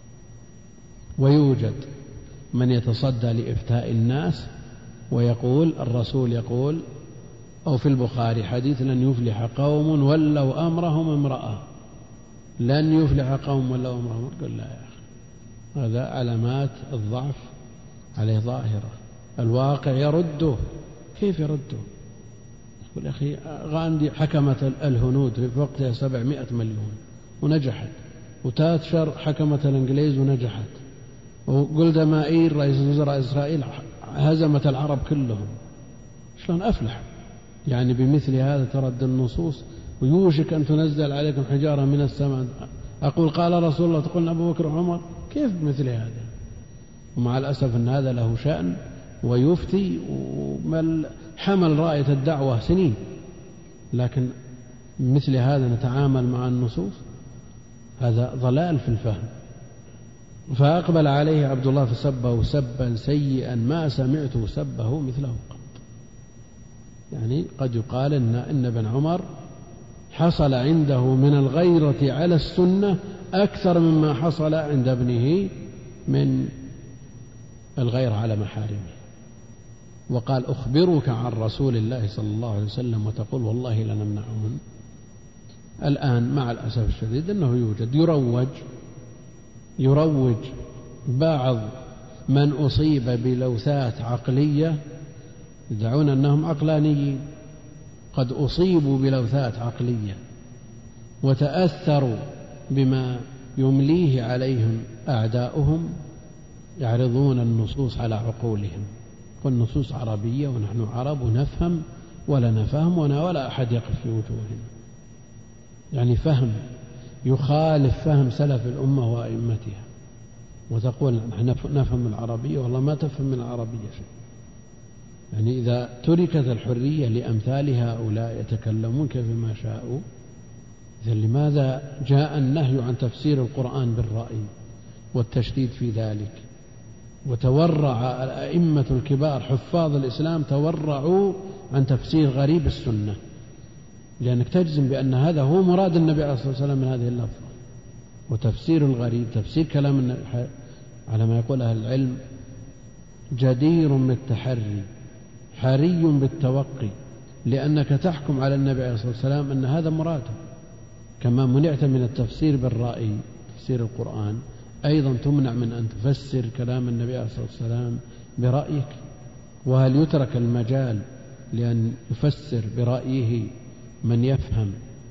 Speaker 1: ويوجد من يتصدى لإفتاء الناس ويقول الرسول يقول، أو في البخاري حديث لن يفلح قوم ولوا أمرهم امرأة، لن يفلح قوم ولوا أمرهم. قل لا يا أخي، هذا علامات الضعف عليه ظاهرة، الواقع يرده. كيف يرده؟ يقول أخي غاندي حكمت الهنود في وقتها سبعمائة مليون ونجحت، وتاتشر حكمت الإنجليز ونجحت، وجولدا مائير رئيس وزراء إسرائيل هزمت العرب كلهم. شلون أفلح؟ يعني بمثل هذا ترد النصوص، ويوشك أن تنزل عليكم حجارة من السماء. أقول قال رسول الله تقول أبو بكر وعمر، كيف بمثل هذا؟ ومع الأسف أن هذا له شأن ويفتي ومل حمل راية الدعوة سنين، لكن مثل هذا نتعامل مع النصوص، هذا ضلال في الفهم. فأقبل عليه عبد الله فسبه سبا سيئا ما سمعته سبه مثله قط. يعني قد يقال إن, إن ابن عمر حصل عنده من الغيرة على السنة أكثر مما حصل عند ابنه من الغيرة على محارمه. وقال أخبرك عن رسول الله صلى الله عليه وسلم وتقول والله لنمنعهن. الآن مع الأسف الشديد أنه يوجد يروج يروج بعض من أصيب بلوثات عقلية، يدعون أنهم عقلانيين، قد أصيبوا بلوثات عقلية وتأثروا بما يمليه عليهم أعداؤهم، يعرضون النصوص على عقولهم، والنصوص عربية ونحن عرب ونفهم ولا نفهم ولا أحد يقف في وجوهنا. يعني فهم يخالف فهم سلف الأمة وأئمتها، وتقول نحن نفهم العربية، والله ما تفهم من العربية شيء. يعني إذا تركت الحرية لأمثال هؤلاء يتكلمون كيف ما شاءوا، إذا لماذا جاء النهي عن تفسير القرآن بالرأي والتشديد في ذلك؟ وتورع الأئمة الكبار حفاظ الإسلام تورعوا عن تفسير غريب السنة، لأنك تجزم بأن هذا هو مراد النبي عليه الصلاة والسلام من هذه اللفظة. وتفسير الغريب تفسير كلام النبي على ما يقول أهل العلم جدير بالتحري، حري بالتوقي، لأنك تحكم على النبي عليه الصلاة والسلام أن هذا مراده، كما منعت من التفسير بالرأي تفسير القرآن، أيضا تمنع من أن تفسر كلام النبي عليه الصلاة والسلام برأيك. وهل يترك المجال لأن يفسر برأيه من يفهم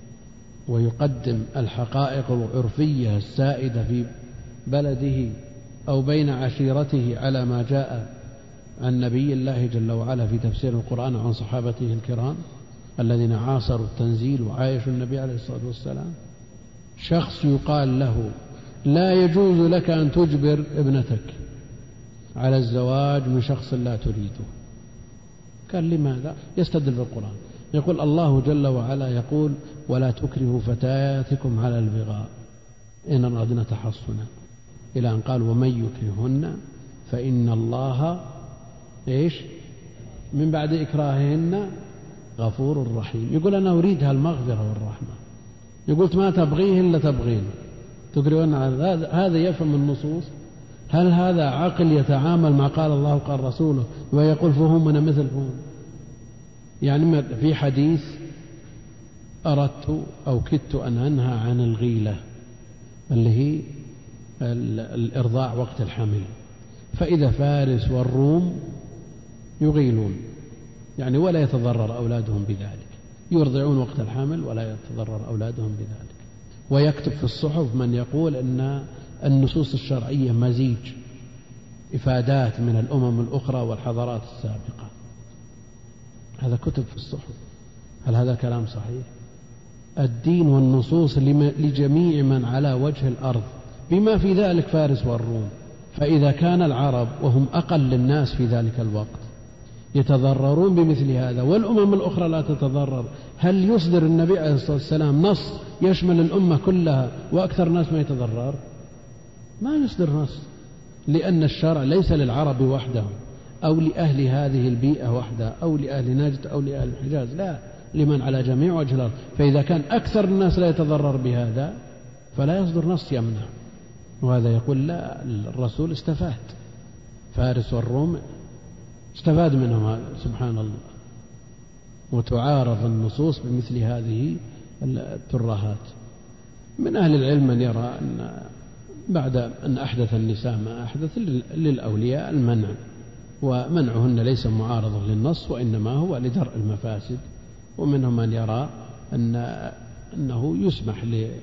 Speaker 1: ويقدم الحقائق العرفية السائدة في بلده أو بين عشيرته على ما جاء عن نبي الله جل وعلا في تفسير القرآن عن صحابته الكرام الذين عاصروا التنزيل وعايشوا النبي عليه الصلاة والسلام؟ شخص يقال له لا يجوز لك أن تجبر ابنتك على الزواج من شخص لا تريده، قال لماذا؟ يستدل بالقرآن، يقول الله جل وعلا يقول ولا تكرهوا فتياتكم على البغاء إن أردنا تحصنا، إلى أن قال ومن يكرهن فإن الله إيش من بعد إكراههن غفور رحيم. يقول أنا أريدها المغفرة والرحمة، يقول ما تبغيه إلا تبغينه تكرهن على هذا. يفهم النصوص؟ هل هذا عقل يتعامل مع قال الله قال رسوله ويقول فهمنا مثل فهم؟ يعني في حديث أردت أو كدت أن أنهى عن الغيلة اللي هي الإرضاع وقت الحمل، فإذا فارس والروم يغيلون يعني ولا يتضرر أولادهم بذلك، يرضعون وقت الحمل ولا يتضرر أولادهم بذلك. ويكتب في الصحف من يقول أن النصوص الشرعية مزيج إفادات من الأمم الأخرى والحضارات السابقة، هذا كتب في الصحف. هل هذا كلام صحيح؟ الدين والنصوص لجميع من على وجه الأرض بما في ذلك فارس والروم. فإذا كان العرب وهم أقل الناس في ذلك الوقت يتضررون بمثل هذا والأمم الأخرى لا تتضرر، هل يصدر النبي عليه الصلاة والسلام نص يشمل الأمة كلها وأكثر الناس ما يتضرر؟ ما يصدر نص، لأن الشرع ليس للعرب وحدهم أو لأهل هذه البيئة وحدها أو لأهل نجد أو لأهل الحجاز، لا، لمن على جميع وجه الأرض. فإذا كان أكثر الناس لا يتضرر بهذا فلا يصدر نص يمنع. وهذا يقول لا، الرسول استفاد، فارس والروم استفاد منهم سبحان الله. وتعارض النصوص بمثل هذه الترهات. من أهل العلم من يرى أن بعد أن أحدث النساء ما أحدث للأولياء المنع، ومنعهن ليس معارضا للنص وإنما هو لدرء المفاسد. ومنهم من يرى أن أنه يسمح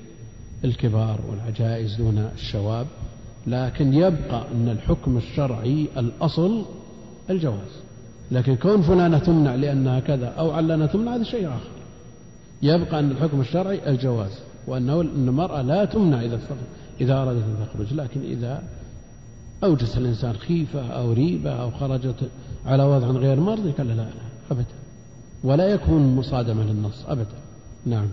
Speaker 1: للكبار والعجائز دون الشواب، لكن يبقى أن الحكم الشرعي الأصل الجواز، لكن كون فلانة تمنع لأنها كذا أو علانة تمنع هذا شيء آخر. يبقى أن الحكم الشرعي الجواز، وأنه أن المرأة لا تمنع إذا إذا أرادت أن تخرج، لكن إذا أوجس الإنسان خيفة أو ريبة أو خرجت على وضع غير مرضي قال لا لا أبدا، ولا يكون مصادمة للنص أبدا. نعم.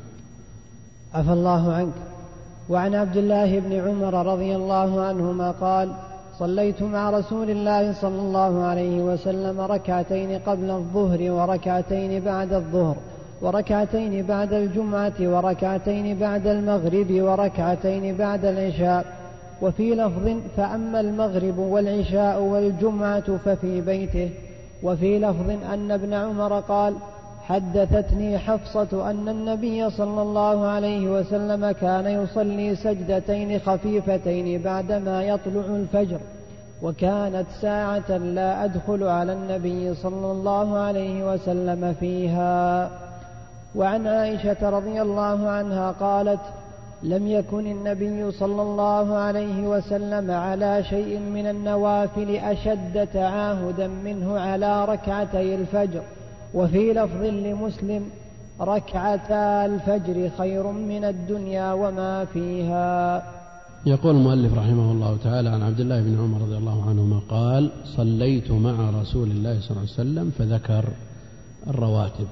Speaker 2: عفى الله عنك. وعن عبد الله بن عمر رضي الله عنهما قال صليت مع رسول الله صلى الله عليه وسلم ركعتين قبل الظهر وركعتين بعد الظهر وركعتين بعد الجمعة وركعتين بعد المغرب وركعتين بعد العشاء. وفي لفظ فأما المغرب والعشاء والجمعة ففي بيته. وفي لفظ أن ابن عمر قال حدثتني حفصة أن النبي صلى الله عليه وسلم كان يصلي سجدتين خفيفتين بعدما يطلع الفجر، وكانت ساعة لا أدخل على النبي صلى الله عليه وسلم فيها. وعن عائشة رضي الله عنها قالت لم يكن النبي صلى الله عليه وسلم على شيء من النوافل أشد تعاهدا منه على ركعتي الفجر. وفي لفظ لمسلم ركعتا الفجر خير من الدنيا وما فيها.
Speaker 1: يقول المؤلف رحمه الله تعالى عن عبد الله بن عمر رضي الله عنهما قال صليت مع رسول الله صلى الله عليه وسلم، فذكر الرواتب.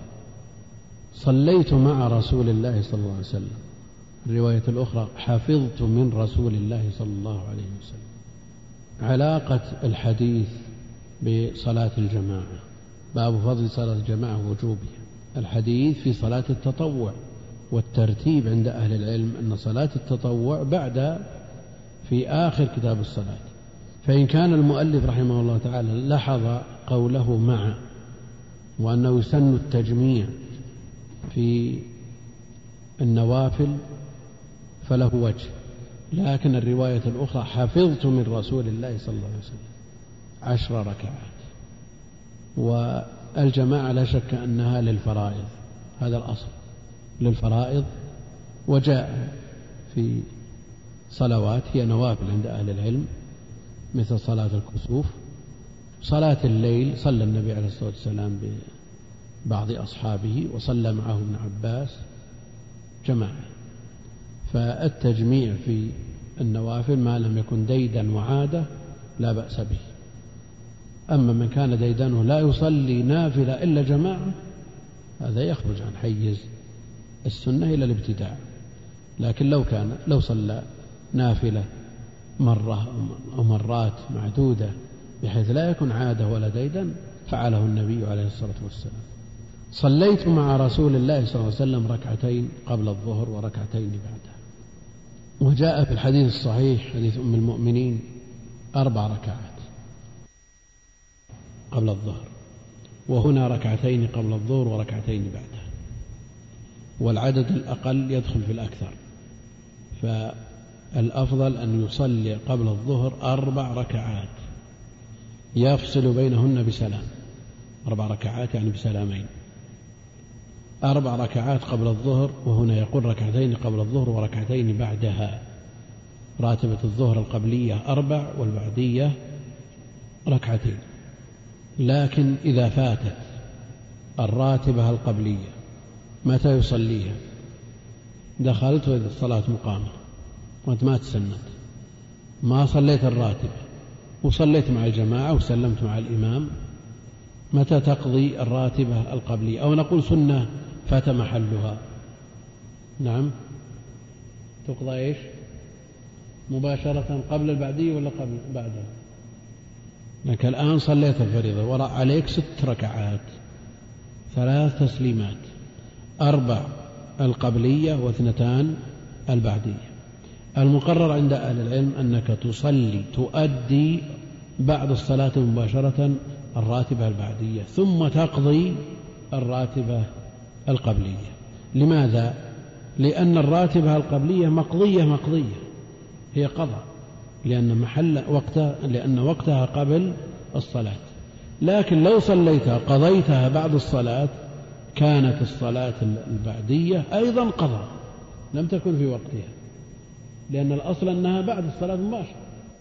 Speaker 1: صليت مع رسول الله صلى الله عليه وسلم. الرواية الأخرى حفظت من رسول الله صلى الله عليه وسلم. علاقة الحديث بصلاة الجماعة، باب فضل صلاة الجماعة ووجوبها. الحديث في صلاة التطوع، والترتيب عند أهل العلم أن صلاة التطوع بعد في آخر كتاب الصلاة. فإن كان المؤلف رحمه الله تعالى لاحظ قوله مع وأنه يسن التجميع في النوافل فله وجه، لكن الرواية الأخرى حفظت من رسول الله صلى الله عليه وسلم عشر ركعات. والجماعة لا شك أنها للفرائض، هذا الأصل للفرائض. وجاء في صلوات هي نوافل عند أهل العلم مثل صلاة الكسوف. صلاة الليل صلى النبي عليه الصلاة والسلام ببعض أصحابه وصلى معه ابن عباس جماعة. فالتجميع في النوافل ما لم يكن ديدا وعادة لا بأس به. أما من كان ديدانه لا يصلي نافلة إلا جماعة هذا يخرج عن حيز السنة إلى الابتداع. لكن لو كان لو صلى نافلة مرة أو مرات معدودة بحيث لا يكون عادة ولا ديدا فعله النبي عليه الصلاة والسلام. صليت مع رسول الله صلى الله عليه وسلم ركعتين قبل الظهر وركعتين بعدها. وجاء في الحديث الصحيح حديث أم المؤمنين أربع ركعات قبل الظهر، وهنا ركعتين قبل الظهر وركعتين بعدها، والعدد الأقل يدخل في الأكثر. فالأفضل أن يصلي قبل الظهر أربع ركعات يفصل بينهن بسلام، أربع ركعات يعني بسلامين، أربع ركعات قبل الظهر، وهنا يقول ركعتين قبل الظهر وركعتين بعدها. راتبة الظهر القبلية أربع والبعدية ركعتين. لكن إذا فاتت الراتبة القبلية متى يصليها؟ دخلت وإذا الصلاة مقامة وأنت ما تسنت، ما صليت الراتبة وصليت مع الجماعة وسلمت مع الإمام، متى تقضي الراتبة القبلية؟ أو نقول سنة فات محلها. نعم تقضى إيش؟ مباشرة قبل البعدية ولا قبل بعدها؟ لك الآن صليت الفريضة وراء عليك ست ركعات، ثلاث تسليمات، أربع القبلية واثنتان البعدية. المقرر عند أهل العلم أنك تصلي تؤدي بعد الصلاة مباشرة الراتبة البعدية ثم تقضي الراتبة القبلية. لماذا؟ لأن الراتبة القبلية مقضية مقضية هي قضاء، لأن محل وقتها لأن وقتها قبل الصلاة. لكن لو صليتها قضيتها بعد الصلاة كانت الصلاة البعدية أيضا قضاء لم تكن في وقتها، لأن الأصل أنها بعد الصلاة مباشرة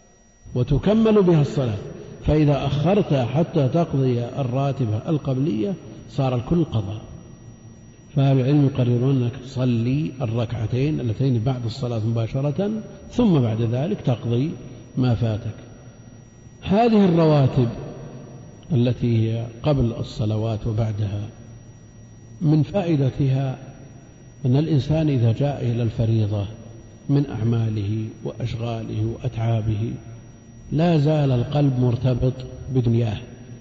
Speaker 1: وتكمل بها الصلاة. فإذا أخرتها حتى تقضي الراتبة القبلية صار الكل قضاء. فأهل العلم يقررون أنك تصلي الركعتين اللتين بعد الصلاة مباشرة ثم بعد ذلك تقضي ما فاتك. هذه الرواتب التي هي قبل الصلوات وبعدها من فائدتها أن الإنسان إذا جاء إلى الفريضة من أعماله وأشغاله وأتعابه لا زال القلب مرتبط بدنياه،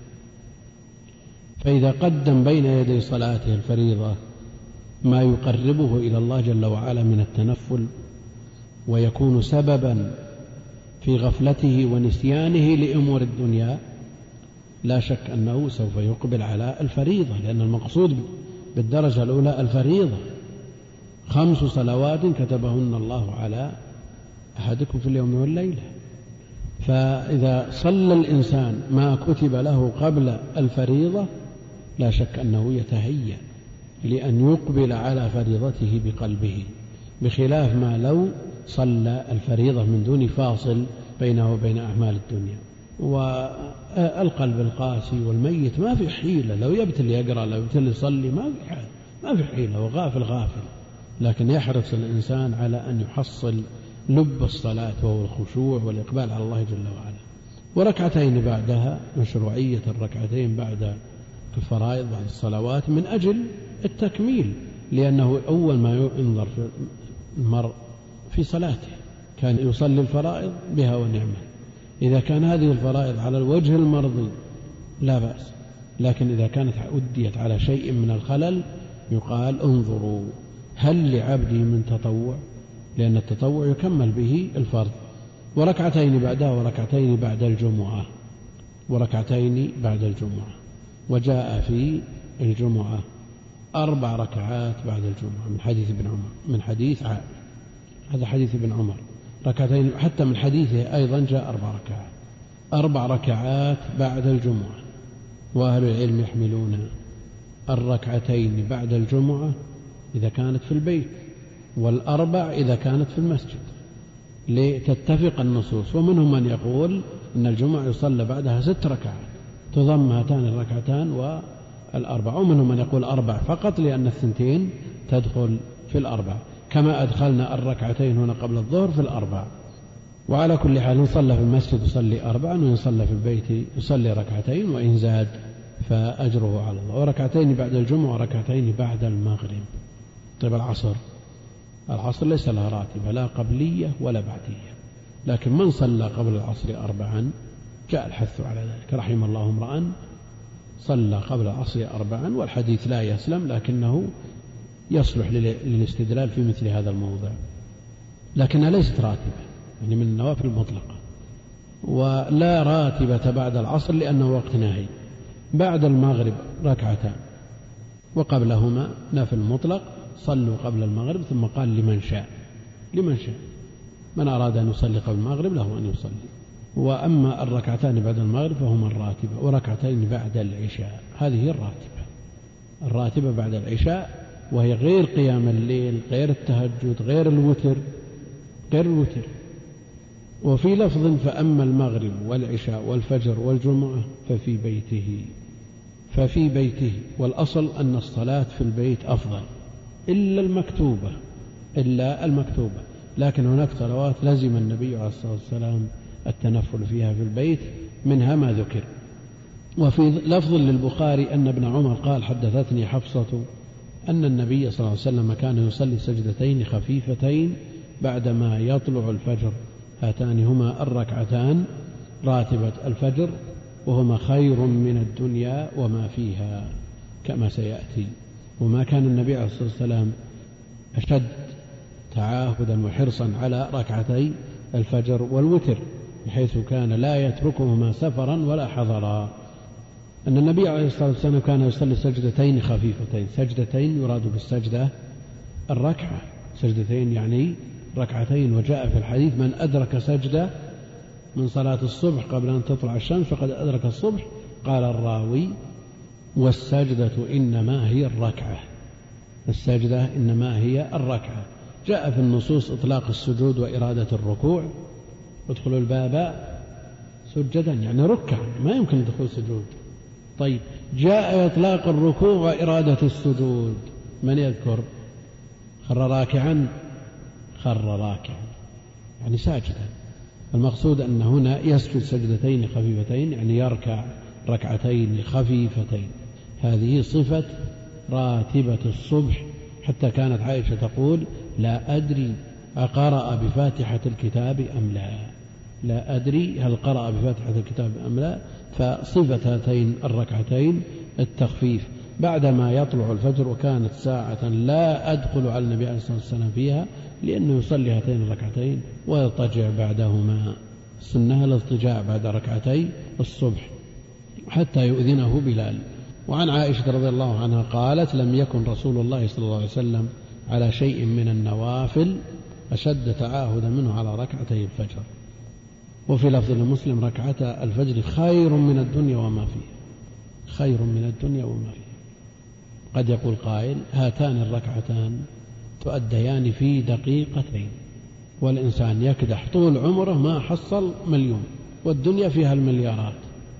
Speaker 1: فإذا قدم بين يدي صلاته الفريضة ما يقربه إلى الله جل وعلا من التنفل ويكون سببا في غفلته ونسيانه لأمور الدنيا، لا شك أنه سوف يقبل على الفريضة، لأن المقصود بالدرجة الأولى الفريضة. خمس صلوات كتبهن الله على أحدكم في اليوم والليلة. فإذا صلى الإنسان ما كتب له قبل الفريضة لا شك أنه يتهيأ لأن يقبل على فريضته بقلبه، بخلاف ما لو صلى الفريضة من دون فاصل بينه وبين أعمال الدنيا. والقلب القاسي والميت ما في حيلة، لو يبتل يقرأ لو يبتل يصلي ما في حيلة ما في حيلة وغافل غافل. لكن يحرص الإنسان على أن يحصل لب الصلاة وهو الخشوع والإقبال على الله جل وعلا. وركعتين بعدها، مشروعية الركعتين بعد الفرائض بعد الصلوات من أجل التكميل، لأنه أول ما ينظر في المرء في صلاته كان يصلي الفرائض بها ونعمة. إذا كان هذه الفرائض على الوجه المرضي لا بأس، لكن إذا كانت أديت على شيء من الخلل يقال انظروا هل لعبدي من تطوع، لأن التطوع يكمل به الفرض. وركعتين بعدها وركعتين بعد الجمعة وركعتين بعد الجمعة. وجاء في الجمعة أربع ركعات بعد الجمعة، من حديث ابن عمر، من حديث عائشة، هذا حديث ابن عمر ركعتين، حتى من حديثه أيضا جاء أربع ركعات، أربع ركعات بعد الجمعة. وأهل العلم يحملون الركعتين بعد الجمعة إذا كانت في البيت، والأربع إذا كانت في المسجد، لتتفق النصوص. ومنهم من يقول أن الجمعة يصلى بعدها ست ركعات تضم هاتان الركعتان والأربع، ومنهم من يقول أربع فقط لأن الثنتين تدخل في الأربع، كما أدخلنا الركعتين هنا قبل الظهر في الأربع. وعلى كل حال نصلى في المسجد يصلي أربعا، ويصلى في البيت يصلي ركعتين، وإن زاد فأجره على الله. وركعتين بعد الجمعة وركعتين بعد المغرب. طيب العصر، العصر ليس لها راتبة لا قبلية ولا بعدية، لكن من صلى قبل العصر أربعا جاء الحث على ذلك، رحم الله امرأ صلى قبل العصر أربعا، والحديث لا يسلم لكنه يصلح للاستدلال في مثل هذا الموضع، لكنها ليست راتبة، يعني من النوافل المطلقة. ولا راتبة بعد العصر لأنه وقت نهي. بعد المغرب ركعتان، وقبلهما نافل مطلق، صلوا قبل المغرب، ثم قال لمن شاء، لمن شاء من أراد أن يصلي قبل المغرب له أن يصلي. وأما الركعتان بعد المغرب فهما الراتبة، وركعتين بعد العشاء هذه هي الراتبة، الراتبة بعد العشاء، وهي غير قيام الليل، غير التهجد، غير الوتر، غير الوتر. وفي لفظ فأما المغرب والعشاء والفجر والجمعة ففي بيته، ففي بيته. والأصل أن الصلاة في البيت أفضل إلا المكتوبة، إلا المكتوبة، لكن هناك صلوات لزم النبي عليه الصلاة والسلام التنفل فيها في البيت، منها ما ذكر. وفي لفظ للبخاري أن ابن عمر قال حدثتني حفصة أن النبي صلى الله عليه وسلم كان يصلي سجدتين خفيفتين بعدما يطلع الفجر، هاتان هما الركعتان راتبة الفجر، وهما خير من الدنيا وما فيها كما سيأتي. وما كان النبي عليه الصلاة والسلام أشد تعاهدا وحرصا على ركعتي الفجر والوتر، بحيث كان لا يتركهما سفرا ولا حضرا. أن النبي عليه الصلاة والسلام كان يصلي سجدتين خفيفتين، سجدتين يراد بالسجدة الركعة، سجدتين يعني ركعتين. وجاء في الحديث من أدرك سجدة من صلاة الصبح قبل أن تطلع الشمس فقد أدرك الصبح. قال الراوي والسجدة إنما هي الركعة، السجدة إنما هي الركعة. جاء في النصوص إطلاق السجود وإرادة الركوع، ادخلوا الباب سجدا يعني ركعا، ما يمكن دخول سجود. طيب جاء إطلاق الركوع وإرادة السجود، من يذكر؟ خر راكعا، خر راكعا يعني ساجدا. المقصود أن هنا يسجد سجدتين خفيفتين يعني يركع ركعتين خفيفتين. هذه صفة راتبة الصبح، حتى كانت عائشة تقول لا أدري أقرأ بفاتحة الكتاب أم لا، لا أدري هل قرأ بفاتحة الكتاب أم لا. فصفة هاتين الركعتين التخفيف بعدما يطلع الفجر، وكانت ساعة لا أدخل على النبي عليه الصلاة والسلام فيها لأنه يصلي هاتين الركعتين ويضطجع بعدهما، سنها الاضطجاع بعد ركعتي الصبح حتى يؤذنه بلال. وعن عائشة رضي الله عنها قالت لم يكن رسول الله صلى الله عليه وسلم على شيء من النوافل أشد تعاهدا منه على ركعتي الفجر. وفي لفظ المسلم ركعتا الفجر خير من الدنيا وما فيها، خير من الدنيا وما فيها. قد يقول قائل هاتان الركعتان تؤديان في دقيقتين، والإنسان يكدح طول عمره ما حصل مليون، والدنيا فيها المليارات.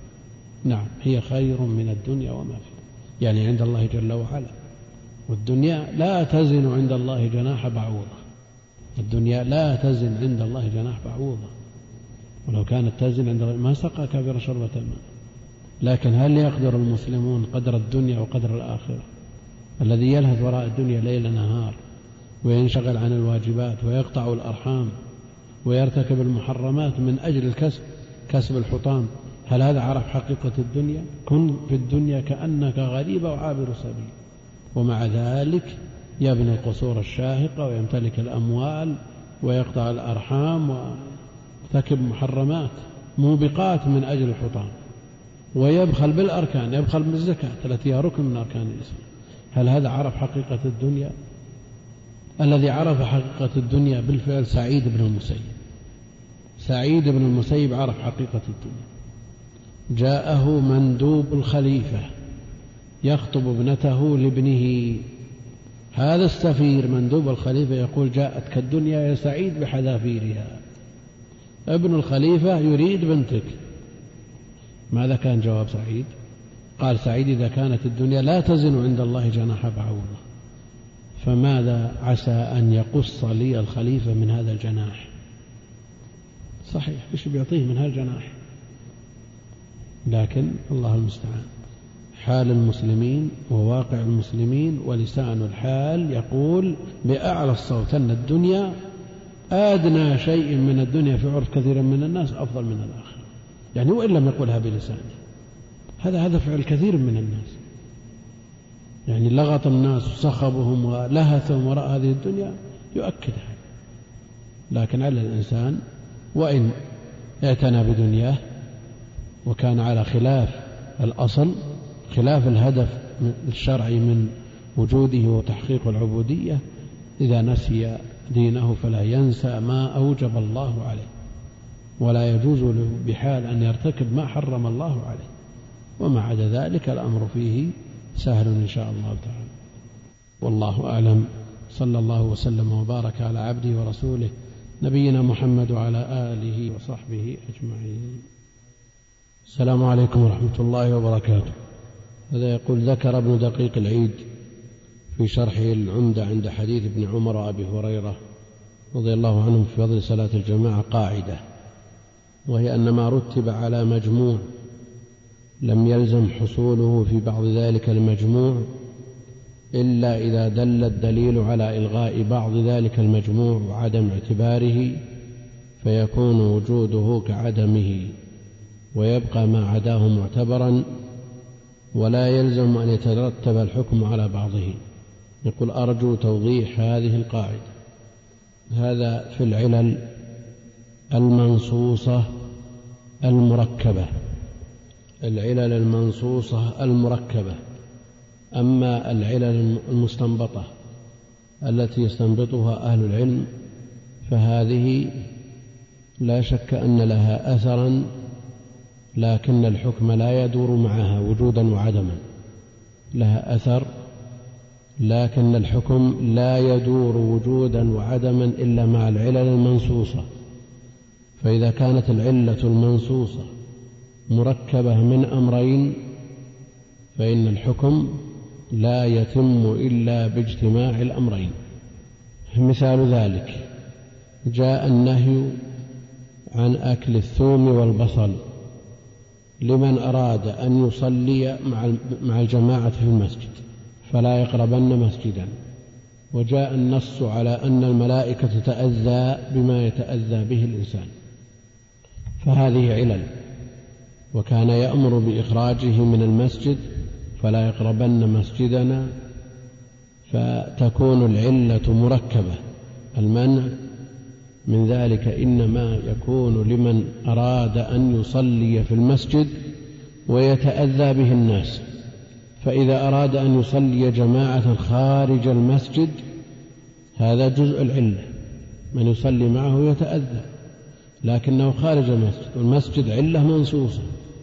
Speaker 1: نعم هي خير من الدنيا وما فيها، يعني عند الله جل وعلا. والدنيا لا تزن عند الله جناح بعوضة، الدنيا لا تزن عند الله جناح بعوضة، ولو كانت تزن عند الله ما سقى كافر شربة الماء. لكن هل يقدر المسلمون قدر الدنيا وقدر الآخرة؟ الذي يلهث وراء الدنيا ليل نهار وينشغل عن الواجبات ويقطع الأرحام ويرتكب المحرمات من أجل الكسب، كسب الحطام، هل هذا عرف حقيقة الدنيا؟ كن في الدنيا كأنك غريب وعابر سبيل. ومع ذلك يبني القصور الشاهقة ويمتلك الأموال ويقطع الأرحام ويرتكب محرمات موبقات من أجل الحطام. ويبخل بالأركان، يبخل بالزكاة التي هي ركن من أركان الإسلام. هل هذا عرف حقيقة الدنيا؟ الذي عرف حقيقة الدنيا بالفعل سعيد بن المسيب. سعيد بن المسيب عرف حقيقة الدنيا. جاءه مندوب الخليفة يخطب ابنته لابنه، هذا السفير مندوب الخليفة يقول جاءتك الدنيا يا سعيد بحذافيرها، ابن الخليفة يريد بنتك. ماذا كان جواب سعيد؟ قال سعيد إذا كانت الدنيا لا تزن عند الله جناح بعوضة فماذا عسى أن يقص لي الخليفة من هذا الجناح؟ صحيح إيش بيعطيه من هذا الجناح؟ لكن الله المستعان، حال المسلمين وواقع المسلمين ولسان الحال يقول بأعلى الصوت أن الدنيا أدنى شيء من الدنيا في عرف كثير من الناس أفضل من الآخر، يعني وإن لم يقولها بلسانه، هذا هذا فعل كثير من الناس، يعني لغط الناس وصخبهم ولهثهم وراء هذه الدنيا يؤكدها. لكن على الإنسان وإن اعتنى بدنياه وكان على خلاف الأصل، خلاف الهدف الشرعي من وجوده وتحقيق العبودية، إذا نسي دينه فلا ينسى ما أوجب الله عليه، ولا يجوز له بحال أن يرتكب ما حرم الله عليه، وما عدا ذلك الأمر فيه سهل إن شاء الله تعالى. والله أعلم. صلى الله وسلم وبارك على عبده ورسوله نبينا محمد وعلى آله وصحبه أجمعين. السلام عليكم ورحمة الله وبركاته. هذا يقول ذكر ابن دقيق العيد في شرحه العمدة عند حديث ابن عمر وأبي هريرة رضي الله عنهم في فضل صلاة الجماعة قاعدة، وهي أن ما رتب على مجموع لم يلزم حصوله في بعض ذلك المجموع إلا إذا دل الدليل على إلغاء بعض ذلك المجموع وعدم اعتباره، فيكون وجوده كعدمه ويبقى ما عداه معتبرا، ولا يلزم أن يترتب الحكم على بعضه. يقول أرجو توضيح هذه القاعدة. هذا في العلل المنصوصة المركبة، العلل المنصوصة المركبة. أما العلل المستنبطة التي يستنبطها أهل العلم فهذه لا شك أن لها أثرا، لكن الحكم لا يدور معها وجودا وعدما. لها أثر لكن الحكم لا يدور وجودا وعدما إلا مع العلل المنصوصة. فإذا كانت العلة المنصوصة مركبة من أمرين فإن الحكم لا يتم إلا باجتماع الأمرين. مثال ذلك جاء النهي عن أكل الثوم والبصل لمن أراد أن يصلي مع الجماعة في المسجد فلا يقربن مسجدا، وجاء النص على أن الملائكة تتأذى بما يتأذى به الإنسان، فهذه علل، وكان يأمر بإخراجه من المسجد فلا يقربن مسجدنا، فتكون العلة مركبة. المنع من ذلك إنما يكون لمن أراد أن يصلي في المسجد ويتأذى به الناس، فإذا أراد أن يصلي جماعة خارج المسجد هذا جزء العلة، من يصلي معه يتأذى لكنه خارج المسجد، والمسجد علة منصوصة.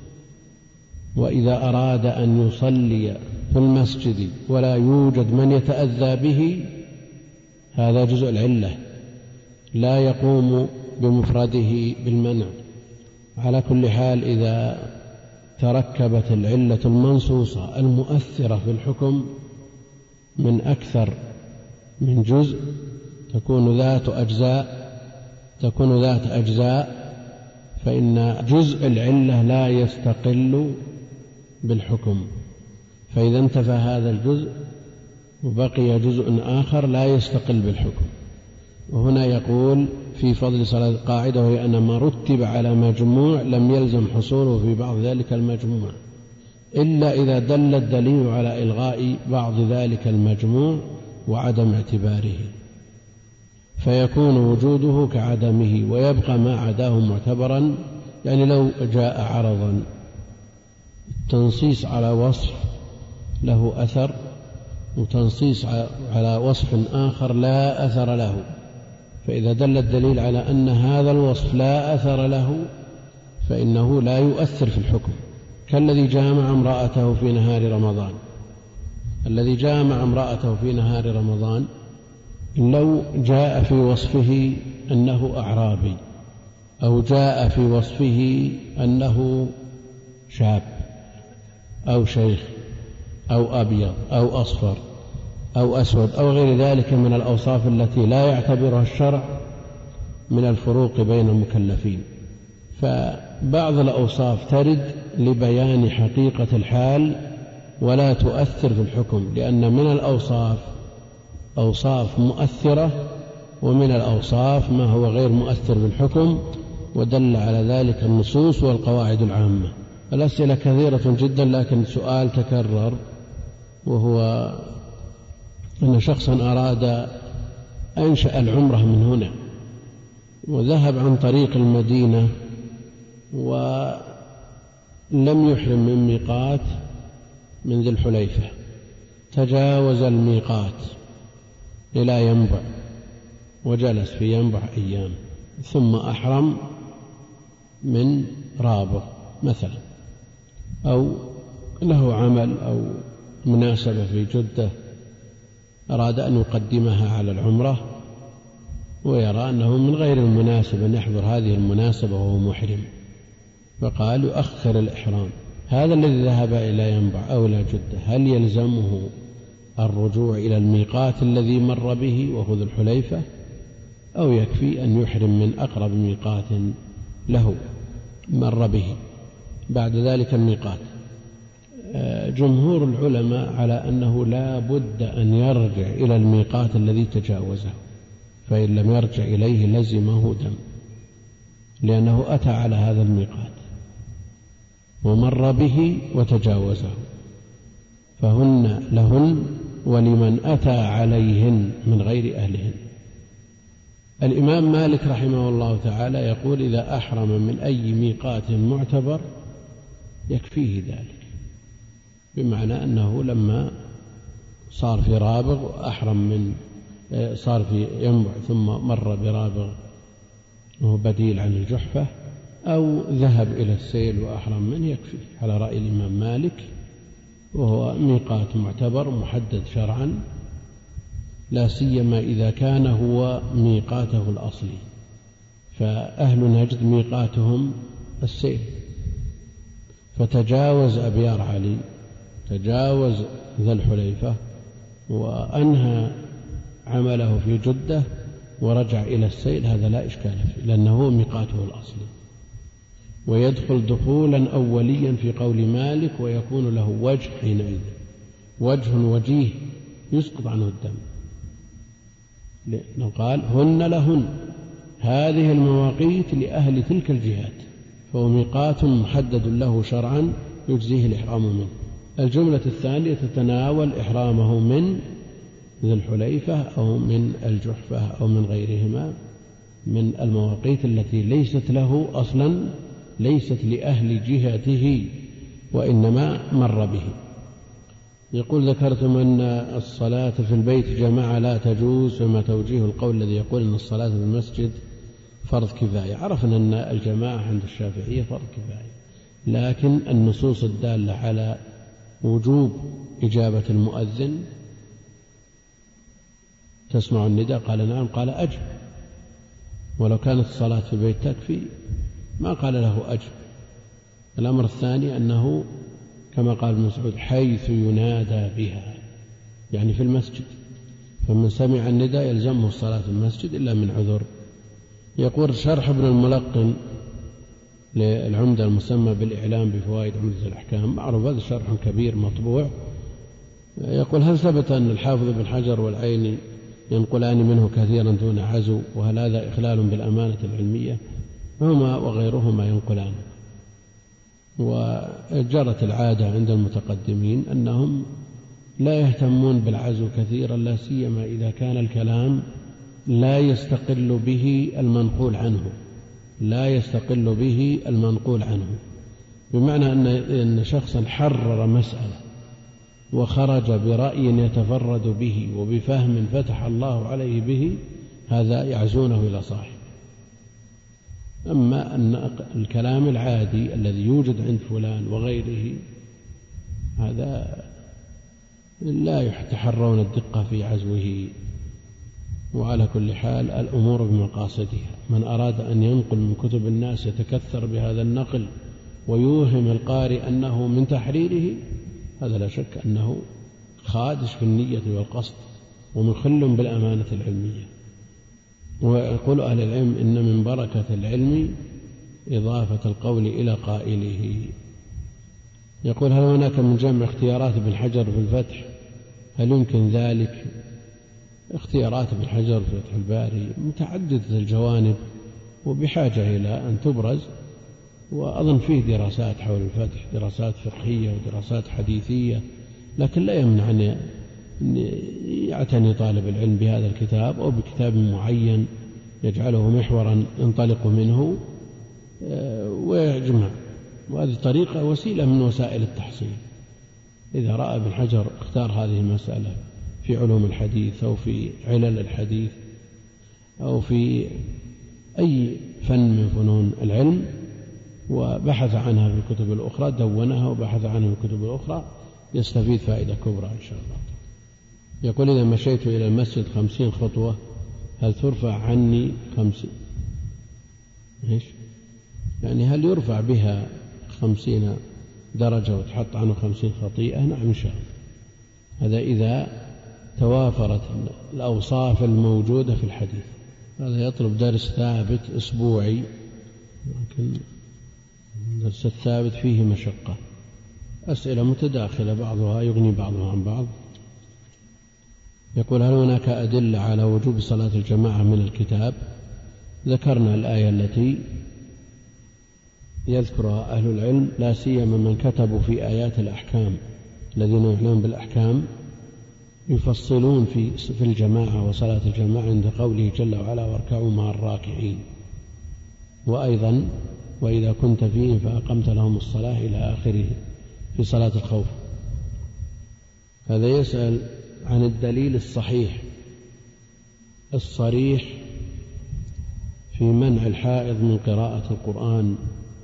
Speaker 1: وإذا أراد أن يصلي في المسجد ولا يوجد من يتأذى به هذا جزء العلة لا يقوم بمفرده بالمنع. على كل حال إذا تركبت العلة المنصوصة المؤثرة في الحكم من أكثر من جزء تكون ذات أجزاء تكون ذات أجزاء فإن جزء العلة لا يستقل بالحكم، فإذا انتفى هذا الجزء وبقي جزء آخر لا يستقل بالحكم. وهنا يقول في فضل صلاة القاعدة وهي أن ما رتب على مجموع لم يلزم حصوله في بعض ذلك المجموع إلا إذا دل الدليل على إلغاء بعض ذلك المجموع وعدم اعتباره، فيكون وجوده كعدمه ويبقى ما عداه معتبرا. يعني لو جاء عرضا تنصيص على وصف له أثر وتنصيص على وصف آخر لا أثر له، فإذا دل الدليل على أن هذا الوصف لا أثر له فإنه لا يؤثر في الحكم، كالذي جامع امرأته في نهار رمضان. الذي جامع امرأته في نهار رمضان لو جاء في وصفه أنه أعرابي، أو جاء في وصفه أنه شاب أو شيخ أو أبيض أو أصفر أو أسود أو غير ذلك من الأوصاف التي لا يعتبرها الشرع من الفروق بين المكلفين، فبعض الأوصاف ترد لبيان حقيقة الحال ولا تؤثر في الحكم، لأن من الأوصاف أوصاف مؤثرة ومن الأوصاف ما هو غير مؤثر بالحكم، ودل على ذلك النصوص والقواعد العامة. الأسئلة كثيرة جدا، لكن سؤال تكرر وهو أن شخصا أراد أنشأ العمرة من هنا وذهب عن طريق المدينة ولم يحرم من ميقات من ذي الحليفة، تجاوز الميقات إلى ينبع وجلس في ينبع أيام ثم أحرم من رابغ مثلا، أو له عمل أو مناسبة في جدة أراد أن يقدمها على العمرة ويرى أنه من غير المناسب أن يحضر هذه المناسبة وهو محرم، فقال يؤخر الإحرام. هذا الذي ذهب إلى ينبع أو إلى جدة هل يلزمه الرجوع إلى الميقات الذي مر به وهو ذو الحليفة، أو يكفي أن يحرم من أقرب ميقات له مر به بعد ذلك الميقات؟ جمهور العلماء على أنه لا بد أن يرجع إلى الميقات الذي تجاوزه، فإن لم يرجع إليه لزمه دم، لأنه أتى على هذا الميقات ومر به وتجاوزه، فهن لهن ولمن أتى عليهن من غير أهلهن. الإمام مالك رحمه الله تعالى يقول إذا أحرم من أي ميقات معتبر يكفيه ذلك، بمعنى أنه لما صار في رابغ وأحرم من صار في ينبع ثم مر برابغ وهو بديل عن الجحفة، أو ذهب إلى السيل وأحرم منه يكفي على رأي الإمام مالك، وهو ميقات معتبر محدد شرعا، لا سيما إذا كان هو ميقاته الأصلي، فأهل نجد ميقاتهم السيل، فتجاوز أبيار علي، تجاوز ذا الحليفة وأنهى عمله في جدة ورجع إلى السيل، هذا لا إشكال فيه لأنه ميقاته الأصلي، ويدخل دخولا أوليا في قول مالك ويكون له وجه حينئذ، وجه وجيه يسقط عنه الدم، لأنه قال هن لهن، هذه المواقيت لأهل تلك الجهات، فهو ميقات محدد له شرعا يجزيه الإحرام منه. الجملة الثانية تتناول إحرامه من ذي الحليفة أو من الجحفة أو من غيرهما من المواقيت التي ليست له أصلا، ليست لأهل جهته وإنما مر به. يقول ذكرتم أن الصلاة في البيت جماعة لا تجوز، فما توجيه القول الذي يقول أن الصلاة في المسجد فرض كفاية؟ عرفنا أن الجماعة عند الشافعية فرض كفاية، لكن النصوص الدالة على وجوب إجابة المؤذن تسمع النداء قال نعم قال أجب، ولو كانت الصلاة في البيت تكفي ما قال له أجب. الأمر الثاني أنه كما قال ابن مسعود حيث ينادى بها، يعني في المسجد، فمن سمع النداء يلزمه الصلاة في المسجد إلا من عذر. يقول شرح ابن الملقن للعمدة المسمى بالإعلام بفوائد عمدة الأحكام، معروف هذا شرح كبير مطبوع، يقول هل ثبت أن الحافظ بن حجر والعيني ينقلان منه كثيرا دون عزو، وهل هذا إخلال بالأمانة العلمية؟ هما وغيرهما ينقلان، وجرت العادة عند المتقدمين أنهم لا يهتمون بالعزو كثيرا، لا سيما إذا كان الكلام لا يستقل به المنقول عنه لا يستقل به المنقول عنه بمعنى أن شخصا حرر مسألة وخرج برأي يتفرد به وبفهم فتح الله عليه به، هذا يعزونه إلى صاحب. أما أن الكلام العادي الذي يوجد عند فلان وغيره هذا لا يتحرون الدقة في عزوه. وعلى كل حال الأمور بمقاصدها. من أراد أن ينقل من كتب الناس يتكثر بهذا النقل ويوهم القارئ أنه من تحريره، هذا لا شك أنه خادش في النية والقصد ومخل بالأمانة العلمية. ويقول أهل العلم إن من بركة العلم إضافة القول إلى قائله. يقول هل هناك من جمع اختيارات ابن حجر في الفتح؟ هل يمكن ذلك؟ اختيارات ابن حجر في فتح الباري متعددة الجوانب وبحاجة إلى أن تبرز، وأظن فيه دراسات حول الفتح، دراسات فقهية ودراسات حديثية، لكن لا يمنع أن يعتني طالب العلم بهذا الكتاب أو بكتاب معين يجعله محورا ينطلق منه ويجمع. وهذه طريقة وسيلة من وسائل التحصيل. إذا رأى ابن حجر اختار هذه المسألة في علوم الحديث أو في علل الحديث أو في أي فن من فنون العلم وبحث عنها في الكتب الأخرى، دونها وبحث عنها في الكتب الأخرى، يستفيد فائدة كبرى إن شاء الله. يقول إذا مشيت إلى المسجد خمسين خطوة هل ترفع عني خمسين؟ إيش؟ يعني هل يرفع بها خمسين درجة وتحط عنه خمسين خطيئة؟ نعم إن شاء الله. هذا إذا توافرت الأوصاف الموجودة في الحديث. هذا يطلب درس ثابت أسبوعي، لكن الدرس الثابت فيه مشقة، أسئلة متداخلة بعضها يغني بعضها عن بعض. يقول هل هناك أدلة على وجوب صلاة الجماعة من الكتاب؟ ذكرنا الآية التي يذكرها أهل العلم، لا سيما من كتبوا في آيات الأحكام، الذين يعنون بالأحكام يفصلون في في الجماعة وصلاة الجماعة عند قوله جل وعلا واركعوا مع الراكعين. وأيضا وإذا كنت فيهم فأقمت لهم الصلاة إلى آخره في صلاة الخوف. هذا يسأل عن الدليل الصحيح الصريح في منع الحائض من قراءة القرآن،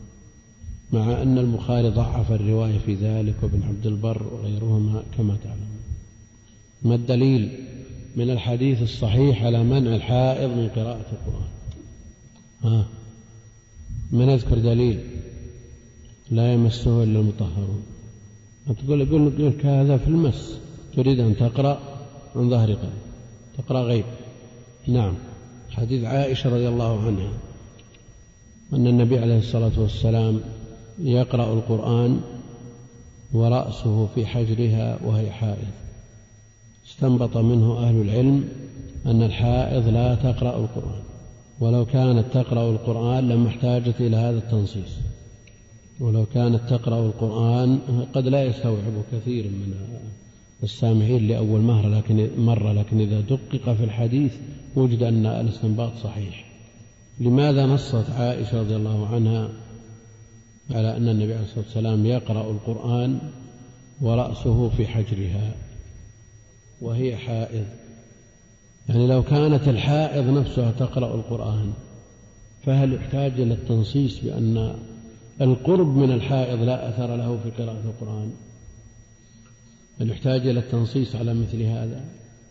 Speaker 1: مع أن البخاري ضعف الرواية في ذلك وابن عبد البر وغيرهما كما تعلمون. ما الدليل من الحديث الصحيح على منع الحائض من قراءة القرآن؟ ها من يذكر دليل؟ لا يمسه إلا المطهرون. تقول أقول لك هذا في المس، تريد أن تقرأ عن ظهر قلب، تقرأ غيب. نعم، حديث عائشة رضي الله عنها أن النبي عليه الصلاة والسلام يقرأ القرآن ورأسه في حجرها وهي حائض. استنبط منه أهل العلم أن الحائض لا تقرأ القرآن، ولو كانت تقرأ القرآن لما احتاجت إلى هذا التنصيص، ولو كانت تقرأ القرآن قد لا يستوعب كثير من السامعين لأول مرة، لكن, مرة لكن إذا دقق في الحديث وجد أن الاستنباط صحيح. لماذا نصت عائشة رضي الله عنها على أن النبي عليه الصلاة والسلام يقرأ القرآن ورأسه في حجرها وهي حائض؟ يعني لو كانت الحائض نفسها تقرأ القرآن فهل يحتاج إلى التنصيص بأن القرب من الحائض لا أثر له في قراءة القرآن؟ هل يحتاج إلى التنصيص على مثل هذا؟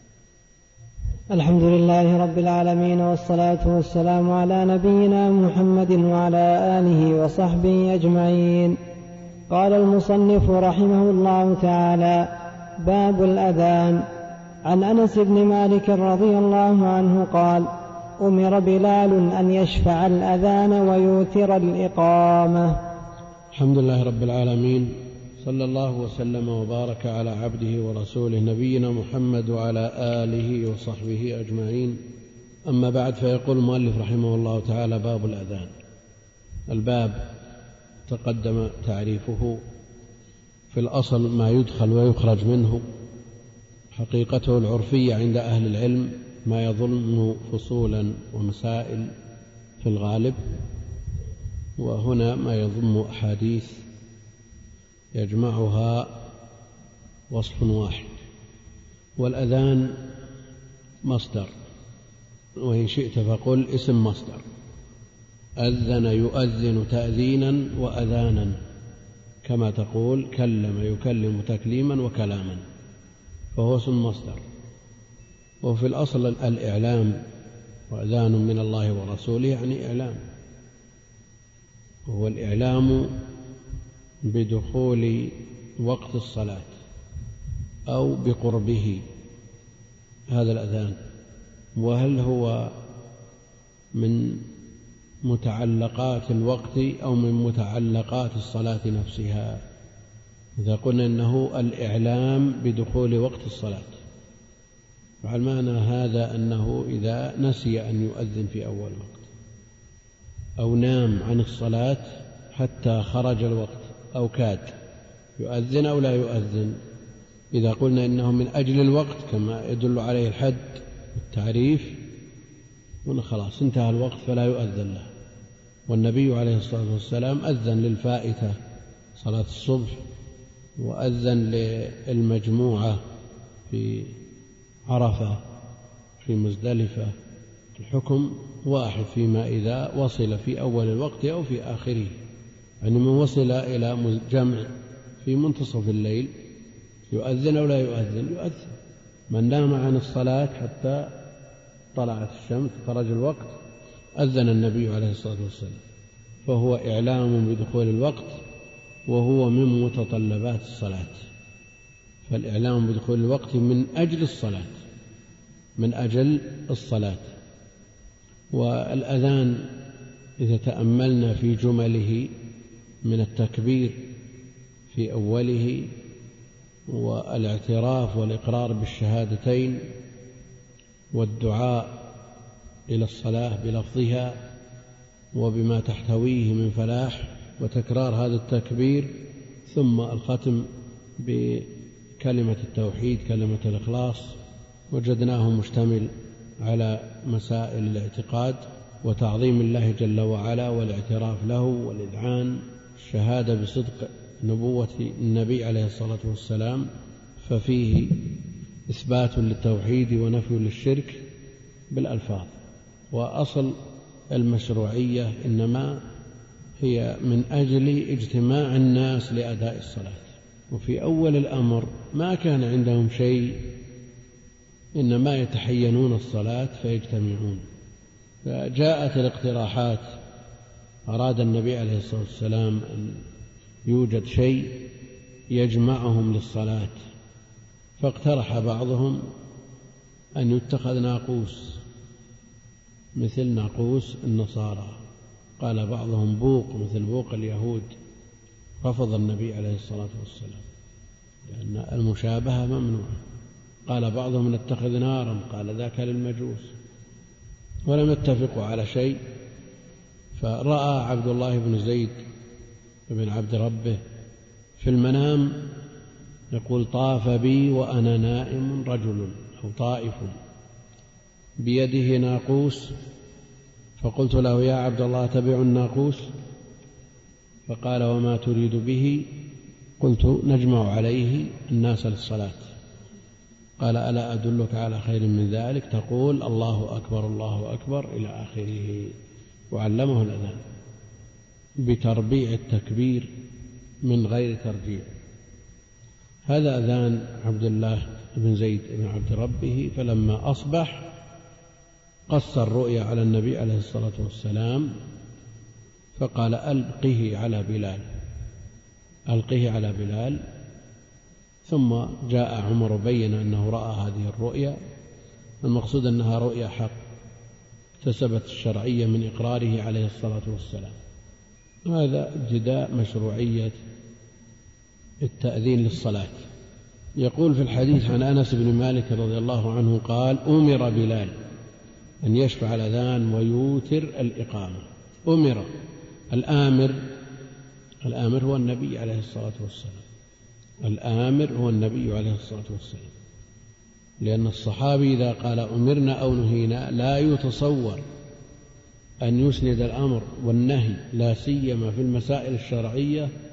Speaker 2: الحمد لله رب العالمين، والصلاة والسلام على نبينا محمد وعلى آله وصحبه أجمعين. قال المصنف رحمه الله تعالى: باب الأذان. عن أنس بن مالك رضي الله عنه قال: أمر بلال أن يشفع الأذان ويوتر الإقامة.
Speaker 1: الحمد لله رب العالمين، صلى الله وسلم وبارك على عبده ورسوله نبينا محمد وعلى آله وصحبه أجمعين. أما بعد، فيقول المؤلف رحمه الله تعالى: باب الأذان. الباب تقدم تعريفه في الأصل ما يدخل ويخرج منه. حقيقته العرفية عند أهل العلم ما يظن فصولا ومسائل في الغالب، وهنا ما يضم أحاديث يجمعها وصف واحد. والأذان مصدر، وإن شئت فقل اسم مصدر. أذن يؤذن تأذينا وأذانا، كما تقول كلم يكلم تكليما وكلاما، فهو اسم مصدر. وفي الأصل الإعلام، وأذان من الله ورسوله يعني إعلام، وهو الإعلام بدخول وقت الصلاة أو بقربه، هذا الأذان. وهل هو من متعلقات الوقت أو من متعلقات الصلاة نفسها؟ إذا قلنا إنه الإعلام بدخول وقت الصلاة، فالمعنى هذا أنه إذا نسي أن يؤذن في أول وقت أو نام عن الصلاة حتى خرج الوقت أو كاد يؤذن أو لا يؤذن، إذا قلنا إنه من أجل الوقت كما يدل عليه الحد والتعريف، قلنا خلاص انتهى الوقت فلا يؤذن له. والنبي عليه الصلاة والسلام أذن للفائتة صلاة الصبح، وأذن للمجموعة في عرفة في مزدلفة. الحكم واحد فيما إذا وصل في أول الوقت أو في آخره، يعني من وصل إلى جمع في منتصف الليل يؤذن أو لا يؤذن؟ يؤذن. من نام عن الصلاة حتى طلعت الشمس خرج الوقت أذن النبي عليه الصلاة والسلام، فهو إعلام بدخول الوقت، وهو من متطلبات الصلاة. فالإعلام بدخول الوقت من أجل الصلاة، من أجل الصلاة. والأذان إذا تأملنا في جمله من التكبير في أوله والاعتراف والإقرار بالشهادتين والدعاء إلى الصلاة بلفظها وبما تحتويه من فلاح وتكرار هذا التكبير، ثم الختم بكلمة التوحيد كلمة الإخلاص، وجدناه مشتمل على مسائل الاعتقاد وتعظيم الله جل وعلا والاعتراف له والإذعان، الشهادة بصدق نبوة النبي عليه الصلاة والسلام، ففيه إثبات للتوحيد ونفي للشرك بالألفاظ. وأصل المشروعية إنما هي من أجل اجتماع الناس لأداء الصلاة، وفي أول الأمر ما كان عندهم شيء، إنما يتحينون الصلاة فيجتمعون. فجاءت الاقتراحات، أراد النبي عليه الصلاة والسلام أن يوجد شيء يجمعهم للصلاة، فاقترح بعضهم أن يتخذ ناقوس مثل ناقوس النصارى، قال بعضهم بوق مثل بوق اليهود، رفض النبي عليه الصلاة والسلام لأن المشابهة ممنوعة. قال بعضهم نتخذ نارا، قال ذاك للمجوس، ولم يتفقوا على شيء. فرأى عبد الله بن زيد بن عبد ربه في المنام يقول طاف بي وأنا نائم رجل أو طائف بيده ناقوس، فقلت له يا عبد الله تبع الناقوس؟ فقال وما تريد به؟ قلت نجمع عليه الناس للصلاة. قال ألا أدلك على خير من ذلك؟ تقول الله أكبر الله أكبر إلى آخره. وعلمه الأذان بتربيع التكبير من غير ترجيع. هذا أذان عبد الله بن زيد بن عبد ربه. فلما أصبح قص الرؤيا على النبي عليه الصلاة والسلام، فقال ألقه على بلال، ألقه على بلال. ثم جاء عمر بين أنه رأى هذه الرؤيا، المقصود أنها رؤيا حق اكتسبت الشرعية من إقراره عليه الصلاة والسلام. هذا ابتداء مشروعية التأذين للصلاة. يقول في الحديث عن أنس بن مالك رضي الله عنه قال أمر بلال أن يشفع الأذان ويوتر الإقامة. أمر، الآمر الآمر هو النبي عليه الصلاة والسلام، الآمر هو النبي عليه الصلاة والسلام، لأن الصحابي إذا قال أمرنا أو نهينا لا يتصور أن يسند الأمر والنهي لا سيما في المسائل الشرعية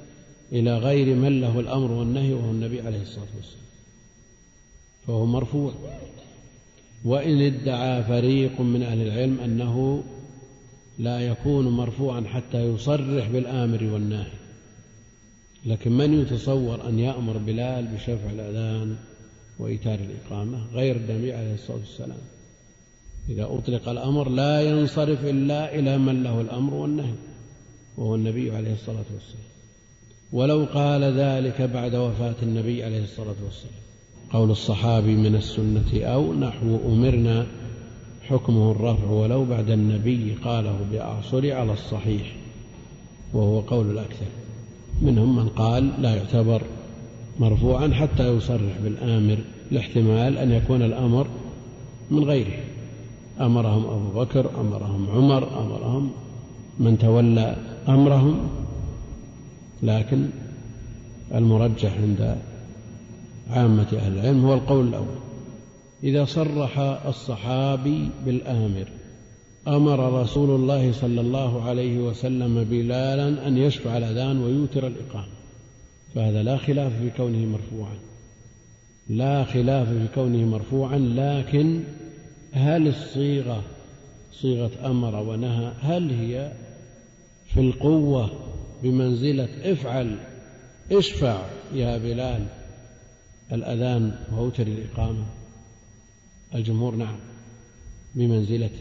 Speaker 1: إلى غير من له الأمر والنهي وهو النبي عليه الصلاة والسلام فهو مرفوع. وإن ادعى فريق من أهل العلم أنه لا يكون مرفوعا حتى يصرح بالآمر والناهي، لكن من يتصور أن يأمر بلال بشفع الأذان وإيتار الإقامة غير النبي عليه الصلاة والسلام؟ إذا أطلق الأمر لا ينصرف إلا إلى من له الأمر والنهي وهو النبي عليه الصلاة والسلام. ولو قال ذلك بعد وفاة النبي عليه الصلاة والسلام، قول الصحابي من السنة أو نحو أمرنا حكمه الرفع ولو بعد النبي قاله بأعصر على الصحيح، وهو قول الأكثر. منهم من قال لا يعتبر مرفوعا حتى يصرح بالآمر، لاحتمال أن يكون الأمر من غيره، أمرهم أبو بكر، أمرهم عمر، أمرهم من تولى أمرهم، لكن المرجح عند عامة أهل العلم هو القول الأول. إذا صرح الصحابي بالآمر أمر رسول الله صلى الله عليه وسلم بلالا أن يشفع الأذان ويوتر الإقامة، فهذا لا خلاف في كونه مرفوعا، لا خلاف في كونه مرفوعا. لكن هل الصيغة صيغة أمر ونهى هل هي في القوة بمنزلة افعل اشفع يا بلال الأذان وأوتر الإقامة؟ الجمهور نعم بمنزلته،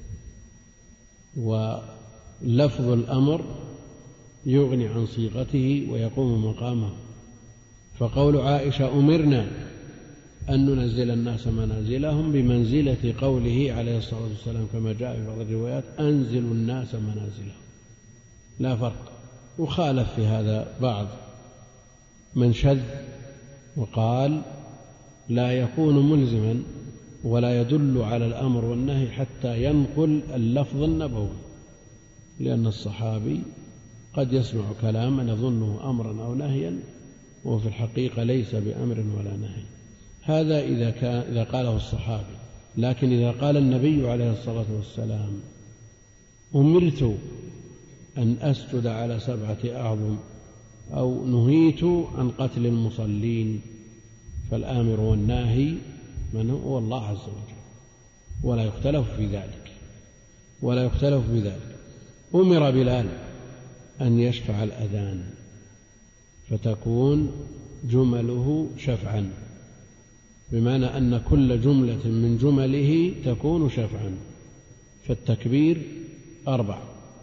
Speaker 1: ولفظ الأمر يغني عن صيغته ويقوم مقامه. فقول عائشة أمرنا أن ننزل الناس منازلهم بمنزلة قوله عليه الصلاة والسلام كما جاء في بعض الروايات أنزلوا الناس منازلهم، لا فرق. وخالف في هذا بعض من شذ وقال لا يكون ملزما ولا يدل على الأمر والنهي حتى ينقل اللفظ النبوي، لأن الصحابي قد يسمع كلاما يظنه أمرا أو نهيا وفي الحقيقة ليس بأمر ولا نهي. هذا إذا, كان إذا قاله الصحابي. لكن إذا قال النبي عليه الصلاة والسلام أمرت أن أسجد على سبعة أعظم أو نهيت عن قتل المصلين، فالآمر والناهي من هو الله عز وجل، ولا يختلف في ذلك ولا يختلف في ذلك. أمر بلال أن يشفع الأذان فتكون جمله شفعا، بمعنى أن كل جملة من جمله تكون شفعا. فالتكبير أربع،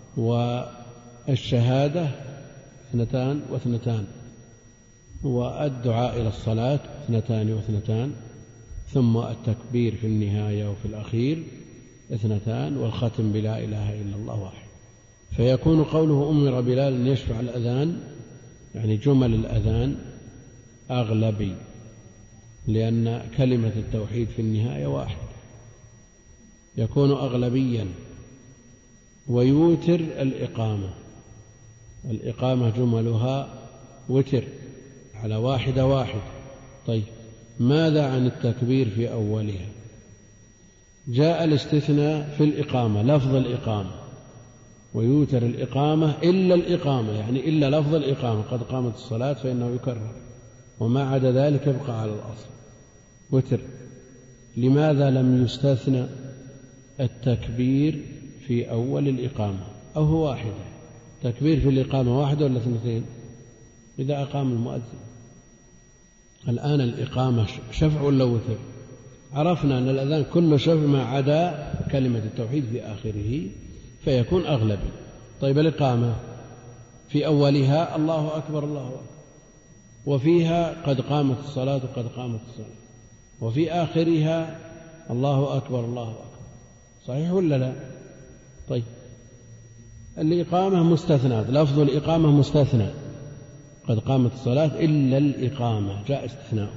Speaker 1: والشهادة اثنتان واثنتان، والدعاء إلى الصلاة اثنتان واثنتان، ثم التكبير في النهاية وفي الأخير اثنتان، والختم بلا إله إلا الله واحد. فيكون قوله أمر بلال أن يشفع الأذان يعني جمل الأذان أغلبي، لأن كلمة التوحيد في النهاية واحد، يكون أغلبيا. ويوتر الإقامة، الإقامة جملها وتر على واحدة واحد. طيب ماذا عن التكبير في أولها؟ جاء الاستثناء في الإقامة، لفظ الإقامة، ويوتر الإقامة إلا الإقامة، يعني إلا لفظ الإقامة، قد قامت الصلاة فإنه يكرر، وما عدا ذلك يبقى على الأصل وتر. لماذا لم يستثنى التكبير في أول الإقامة؟ أو هو واحدة؟ تكبير في الإقامة واحدة ولا اثنتين إذا أقام المؤذن؟ الآن الإقامة شفع ولا وتر؟ عرفنا أن الأذان كله شفع ما عدا كلمة التوحيد في آخره فيكون أغلبي. طيب الإقامة في أولها الله أكبر الله أكبر، وفيها قد قامت الصلاة وقد قامت الصلاة، وفي آخرها الله أكبر الله أكبر، صحيح ولا لا؟ طيب الإقامة مستثنى، لفظ الإقامة مستثنى، قد قامت الصلاة إلا الإقامة جاء استثناء.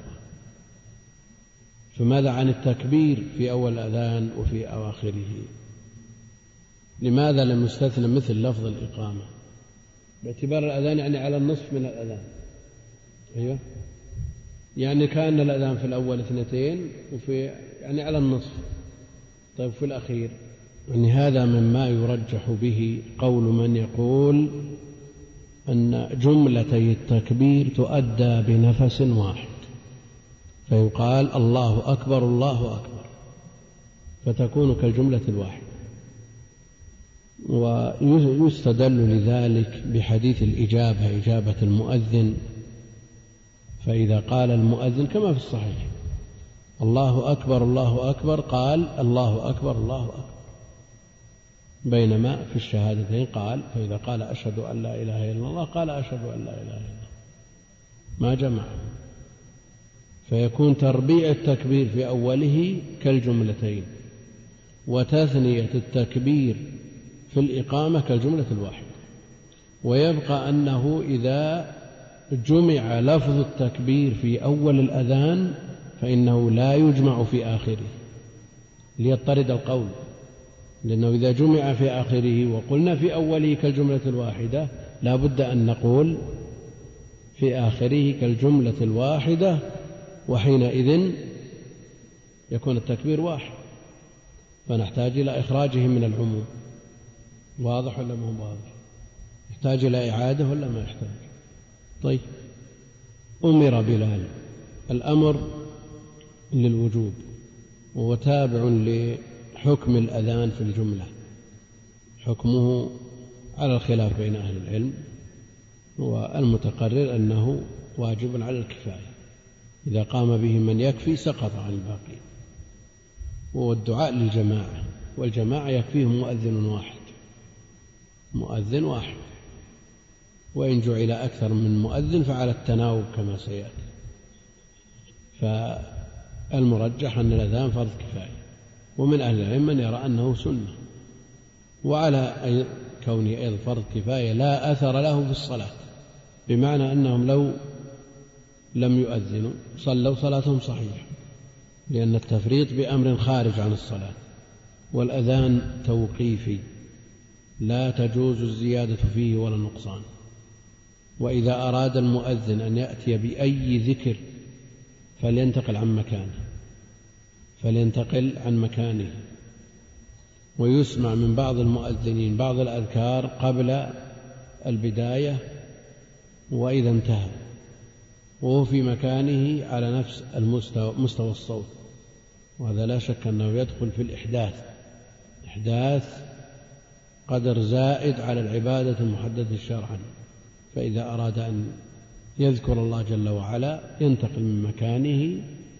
Speaker 1: فماذا عن التكبير في أول الأذان وفي أواخره؟ لماذا لم يستثنى مثل لفظ الإقامة؟ باعتبار الأذان يعني على النصف من الأذان. أيوة، يعني كان الأذان في الأول اثنتين وفي يعني على النصف. طيب في الأخير؟ يعني هذا مما يرجح به قول من يقول أن جملتي التكبير تؤدى بنفس واحد، فيقال الله أكبر الله أكبر، فتكون كالجملة الواحدة. ويستدل لذلك بحديث الإجابة، إجابة المؤذن، فإذا قال المؤذن كما في الصحيح الله أكبر الله أكبر قال الله أكبر الله أكبر، بينما في الشهادتين قال فإذا قال أشهد أن لا إله إلا الله قال أشهد أن لا إله إلا الله، ما جمع، فيكون تربيع التكبير في أوله كالجملتين، وتثنية التكبير في الإقامة كالجملة الواحدة. ويبقى أنه إذا جمع لفظ التكبير في أول الأذان فإنه لا يجمع في آخره ليضطرد القول، لأنه إذا جمع في آخره وقلنا في أوله كالجملة الواحدة لا بد أن نقول في آخره كالجملة الواحدة، وحينئذ يكون التكبير واحد، فنحتاج إلى إخراجه من العموم. واضح ولا ما هو واضح؟ يحتاج إلى إعادة ولا ما يحتاج؟ طيب. أمر بلال، الأمر للوجوب وهو تابع لحكم الأذان في الجملة، حكمه على الخلاف بين أهل العلم، والمتقرر أنه واجب على الكفاية، إذا قام به من يكفي سقط عن الباقي. وهو الدعاء للجماعة، والجماعة يكفيهم مؤذن واحد، مؤذن واحد، وإن جعل أكثر من مؤذن فعلى التناوب كما سيأتي. فالمرجح أن الأذان فرض كفاية، ومن أهل العلم من يرى أنه سنة، وعلى كونه أيضا فرض كفاية لا أثر له في الصلاة، بمعنى أنهم لو لم يؤذنوا صلوا صلاتهم صحيحة، لأن التفريط بأمر خارج عن الصلاة، والأذان توقيفي لا تجوز الزيادة فيه ولا النقصان. وإذا أراد المؤذن أن يأتي بأي ذكر فلينتقل عن مكانه فلينتقل عن مكانه ويسمع من بعض المؤذنين بعض الأذكار قبل البداية وإذا انتهى، وهو في مكانه على نفس المستوى مستوى الصوت، وهذا لا شك أنه يدخل في الإحداث، إحداث قدر زائد على العبادة المحددة شرعا. فإذا أراد أن يذكر الله جل وعلا ينتقل من مكانه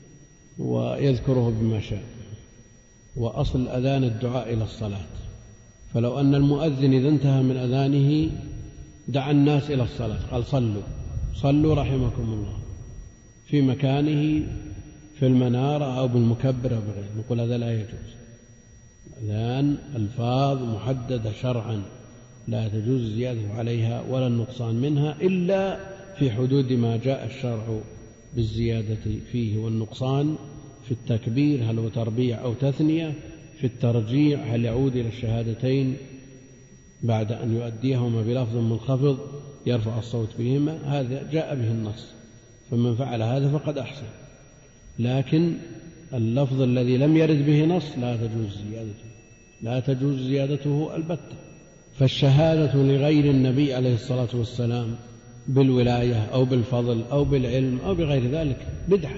Speaker 1: ويذكره بما شاء. وأصل الأذان الدعاء إلى الصلاة، فلو أن المؤذن إذا انتهى من أذانه دعا الناس إلى الصلاة، قال صلوا صلوا رحمكم الله في مكانه في المنارة أو بالمكبر أو بغيره، نقول هذا لا يجوز. الأذان ألفاظ محددة شرعا لا تجوز الزيادة عليها ولا النقصان منها إلا في حدود ما جاء الشرع بالزيادة فيه والنقصان. في التكبير هل هو تربيع أو تثنية، في الترجيع هل يعود إلى الشهادتين بعد أن يؤديهما بلفظ منخفض يرفع الصوت بهما، هذا جاء به النص، فمن فعل هذا فقد أحسن. لكن اللفظ الذي لم يرد به نص لا تجوز زيادته لا تجوز زيادته البتة. فالشهادة لغير النبي عليه الصلاة والسلام بالولاية أو بالفضل أو بالعلم أو بغير ذلك بدعة،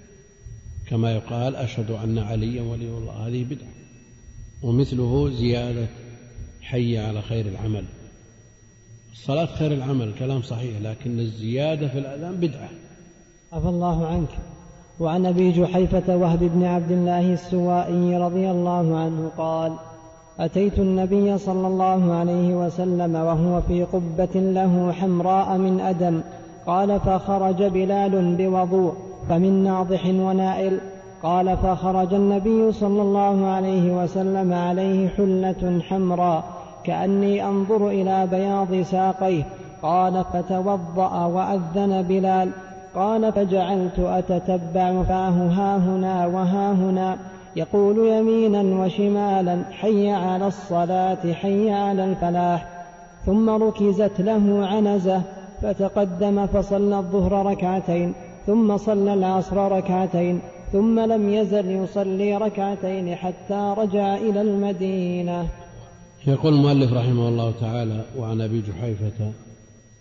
Speaker 1: كما يقال أشهد أن عليا ولي الله، هذه بدعة. ومثله زيادة حي على خير العمل، الصلاة خير العمل كلام صحيح، لكن الزيادة في الأذان بدعة.
Speaker 2: عفى الله عنك. وعن أبي جحيفة وهب بن عبد الله السوائي رضي الله عنه قال: أتيت النبي صلى الله عليه وسلم وهو في قبة له حمراء من أدم، قال: فخرج بلال بوضوء فمن ناضح ونائل. قال: فخرج النبي صلى الله عليه وسلم عليه حلة حمراء كأني أنظر إلى بياض ساقيه. قال: فتوضأ وأذن بلال. قال: فجعلت أتتبع فاه هاهنا وهاهنا يقول يمينا وشمالا: حي على الصلاة حي على الفلاح. ثم ركزت له عنزة فتقدم فصلى الظهر ركعتين، ثم صلى العصر ركعتين، ثم لم يزل يصلي ركعتين حتى رجع إلى المدينة.
Speaker 1: يقول المؤلف رحمه الله تعالى: وعن أبي جحيفة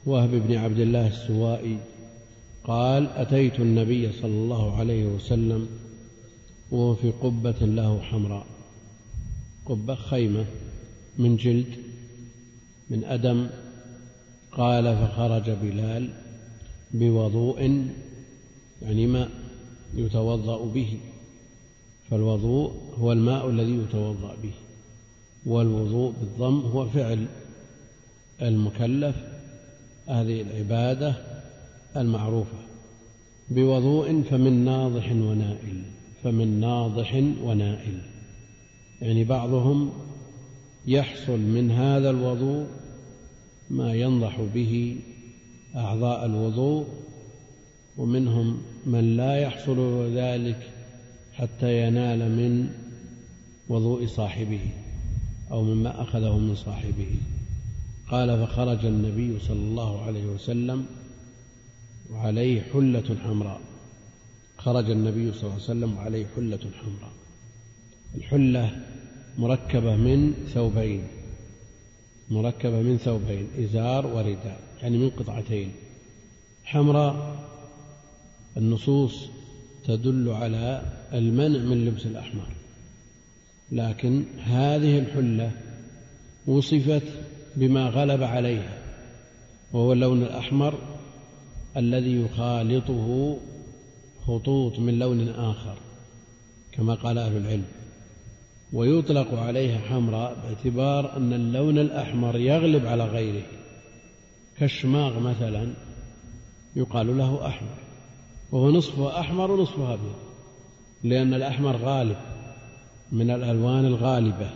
Speaker 1: وهب بن عبد الله السوائي قال أتيت النبي صلى الله عليه وسلم وهو في قبة له حمراء، قبة خيمة من جلد من أدم. قال فخرج بلال بوضوء، يعني ماء يتوضأ به، فالوضوء هو الماء الذي يتوضأ به، والوضوء بالضم هو فعل المكلف هذه العبادة المعروفة. بوضوء فمن ناضح ونائل، فمن ناضح ونائل، يعني بعضهم يحصل من هذا الوضوء ما ينضح به أعضاء الوضوء، ومنهم من لا يحصل ذلك حتى ينال من وضوء صاحبه أو مما أخذه من صاحبه. قال فخرج النبي صلى الله عليه وسلم وعليه حلة حمراء، خرج النبي صلى الله عليه وسلم وعليه حلة حمراء. الحلة مركبة من ثوبين، مركبة من ثوبين إزار ورداء، يعني من قطعتين. حمراء النصوص تدل على المنع من لبس الأحمر، لكن هذه الحلة وصفت بما غلب عليها، وهو اللون الأحمر الذي يخالطه خطوط من لون آخر كما قال أهل العلم، ويطلق عليها حمراء باعتبار أن اللون الأحمر يغلب على غيره، كالشماغ مثلا يقال له أحمر، وهو نصفه أحمر ونصفه أبيض، لأن الأحمر غالب من الألوان الغالبة،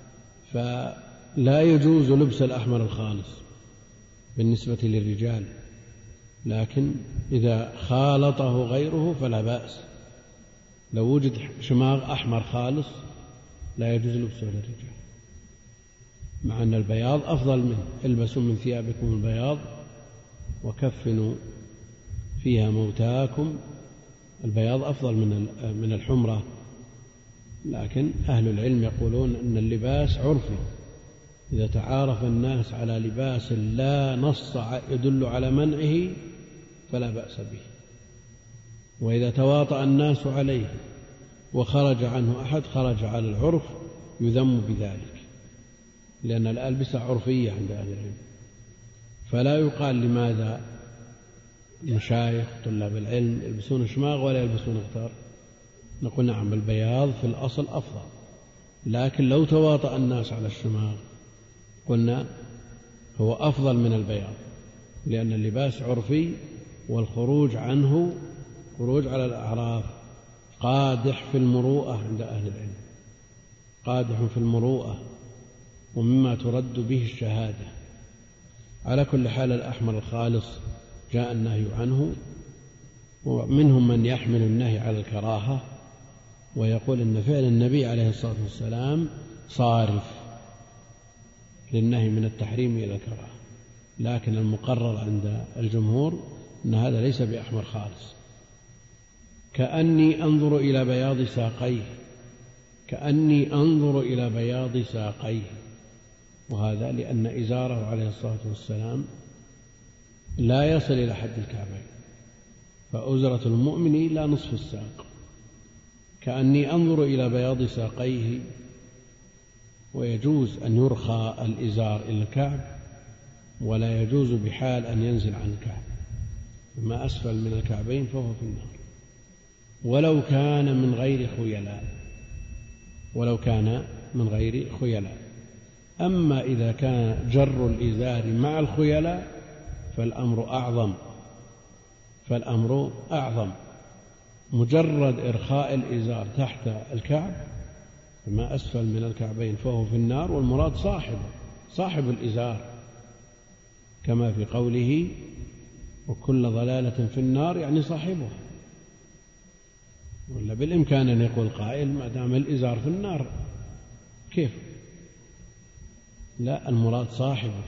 Speaker 1: فلا يجوز لبس الأحمر الخالص بالنسبة للرجال، لكن إذا خالطه غيره فلا بأس. لو وجد شماغ أحمر خالص لا يجوز لبسه للرجال، مع أن البياض أفضل منه. البسوا من ثيابكم البياض وكفنوا فيها موتاكم، البياض أفضل من الحمرة، لكن أهل العلم يقولون أن اللباس عرفي، إذا تعارف الناس على لباس لا نص يدل على منعه فلا بأس به، وإذا تواطأ الناس عليه وخرج عنه أحد خرج على العرف يذم بذلك، لأن الألبسة عرفية عند أهل العلم، فلا يقال لماذا مشايخ طلاب العلم يلبسون شماغ ولا يلبسون اغتار. نقول نعم البياض في الأصل أفضل، لكن لو تواطأ الناس على الشماغ قلنا هو أفضل من البياض، لأن اللباس عرفي والخروج عنه خروج على الأعراف قادح في المروءة عند أهل العلم، قادح في المروءة ومما ترد به الشهادة. على كل حال الأحمر الخالص جاء النهي عنه، ومنهم من يحمل النهي على الكراهة ويقول إن فعل النبي عليه الصلاة والسلام صارف للنهي من التحريم إلى الكراهة، لكن المقرر عند الجمهور أن هذا ليس بأحمر خالص. كأني أنظر إلى بياض ساقيه، كأني أنظر إلى بياض ساقيه، وهذا لأن إزاره عليه الصلاة والسلام لا يصل إلى حد الكعبين، فأزرة المؤمن لا نصف الساق. كأني أنظر إلى بياض ساقيه، ويجوز أن يرخى الإزار إلى الكعب، ولا يجوز بحال أن ينزل عن الكعب، ما أسفل من الكعبين فهو في النار، ولو كان من غير خيلاء، ولو كان من غير خيلاء. أما إذا كان جر الإزار مع الخيلاء فالأمر أعظم، فالأمر أعظم. مجرد إرخاء الإزار تحت الكعب ما أسفل من الكعبين فهو في النار، والمراد صاحبه صاحب الإزار، كما في قوله وكل ضلالة في النار، يعني صاحبها. ولا بالإمكان أن يقول قائل ما دام الإزار في النار كيف؟ لا، المراد صاحبه.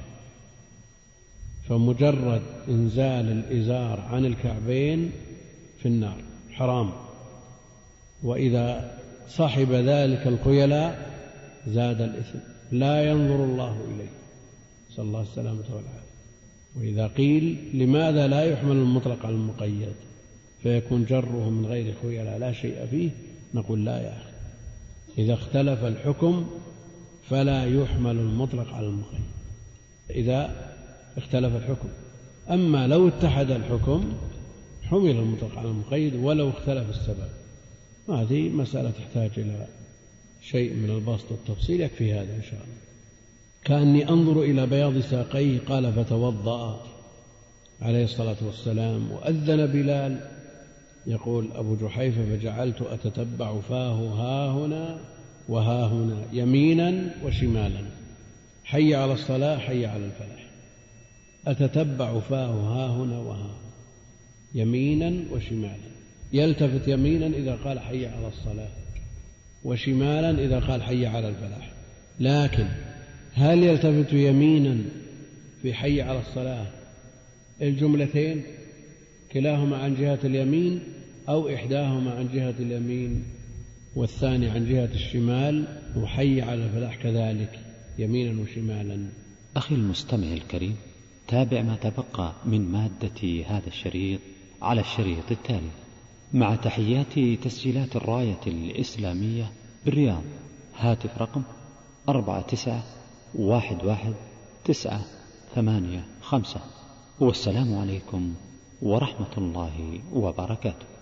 Speaker 1: فمجرد إنزال الإزار عن الكعبين في النار حرام، وإذا صاحب ذلك الخيلاء زاد الإثم، لا ينظر الله إليه، صلى الله السلامة والعافية. وإذا قيل لماذا لا يحمل المطلق على المقيد فيكون جره من غير خيلاء لا شيء فيه، نقول لا يا أخي، إذا اختلف الحكم فلا يحمل المطلق على المقيد إذا اختلف الحكم. أما لو اتحد الحكم حمل المطلق على المقيد ولو اختلف السبب. هذه مسألة تحتاج إلى شيء من البسط والتفصيل، يكفي هذا إن شاء الله. كأني أنظر إلى بياض ساقيه قال فتوضأ عليه الصلاة والسلام وأذن بلال. يقول أبو جحيفة فجعلت أتتبع فاه ها هنا وها هنا يمينا وشمالا، حي على الصلاة حي على الفلاح، أتتبع فاه ها هنا وها يمينا وشمالا، يلتفت يمينا إذا قال حي على الصلاة وشمالا إذا قال حي على الفلاح. لكن هل يلتفت يمينا في حي على الصلاة الجملتين كلاهما عن جهة اليمين أو إحداهما عن جهة اليمين والثاني عن جهة الشمال، وحي على الفلاح كذلك يمينا وشمالا؟
Speaker 3: أخي المستمع الكريم، تابع ما تبقى من مادة هذا الشريط على الشريط التالي مع تحيات تسجيلات الراية الإسلامية بالرياض. هاتف رقم أربعة تسعة واحد واحد تسعة ثمانية خمسة. والسلام عليكم ورحمة الله وبركاته.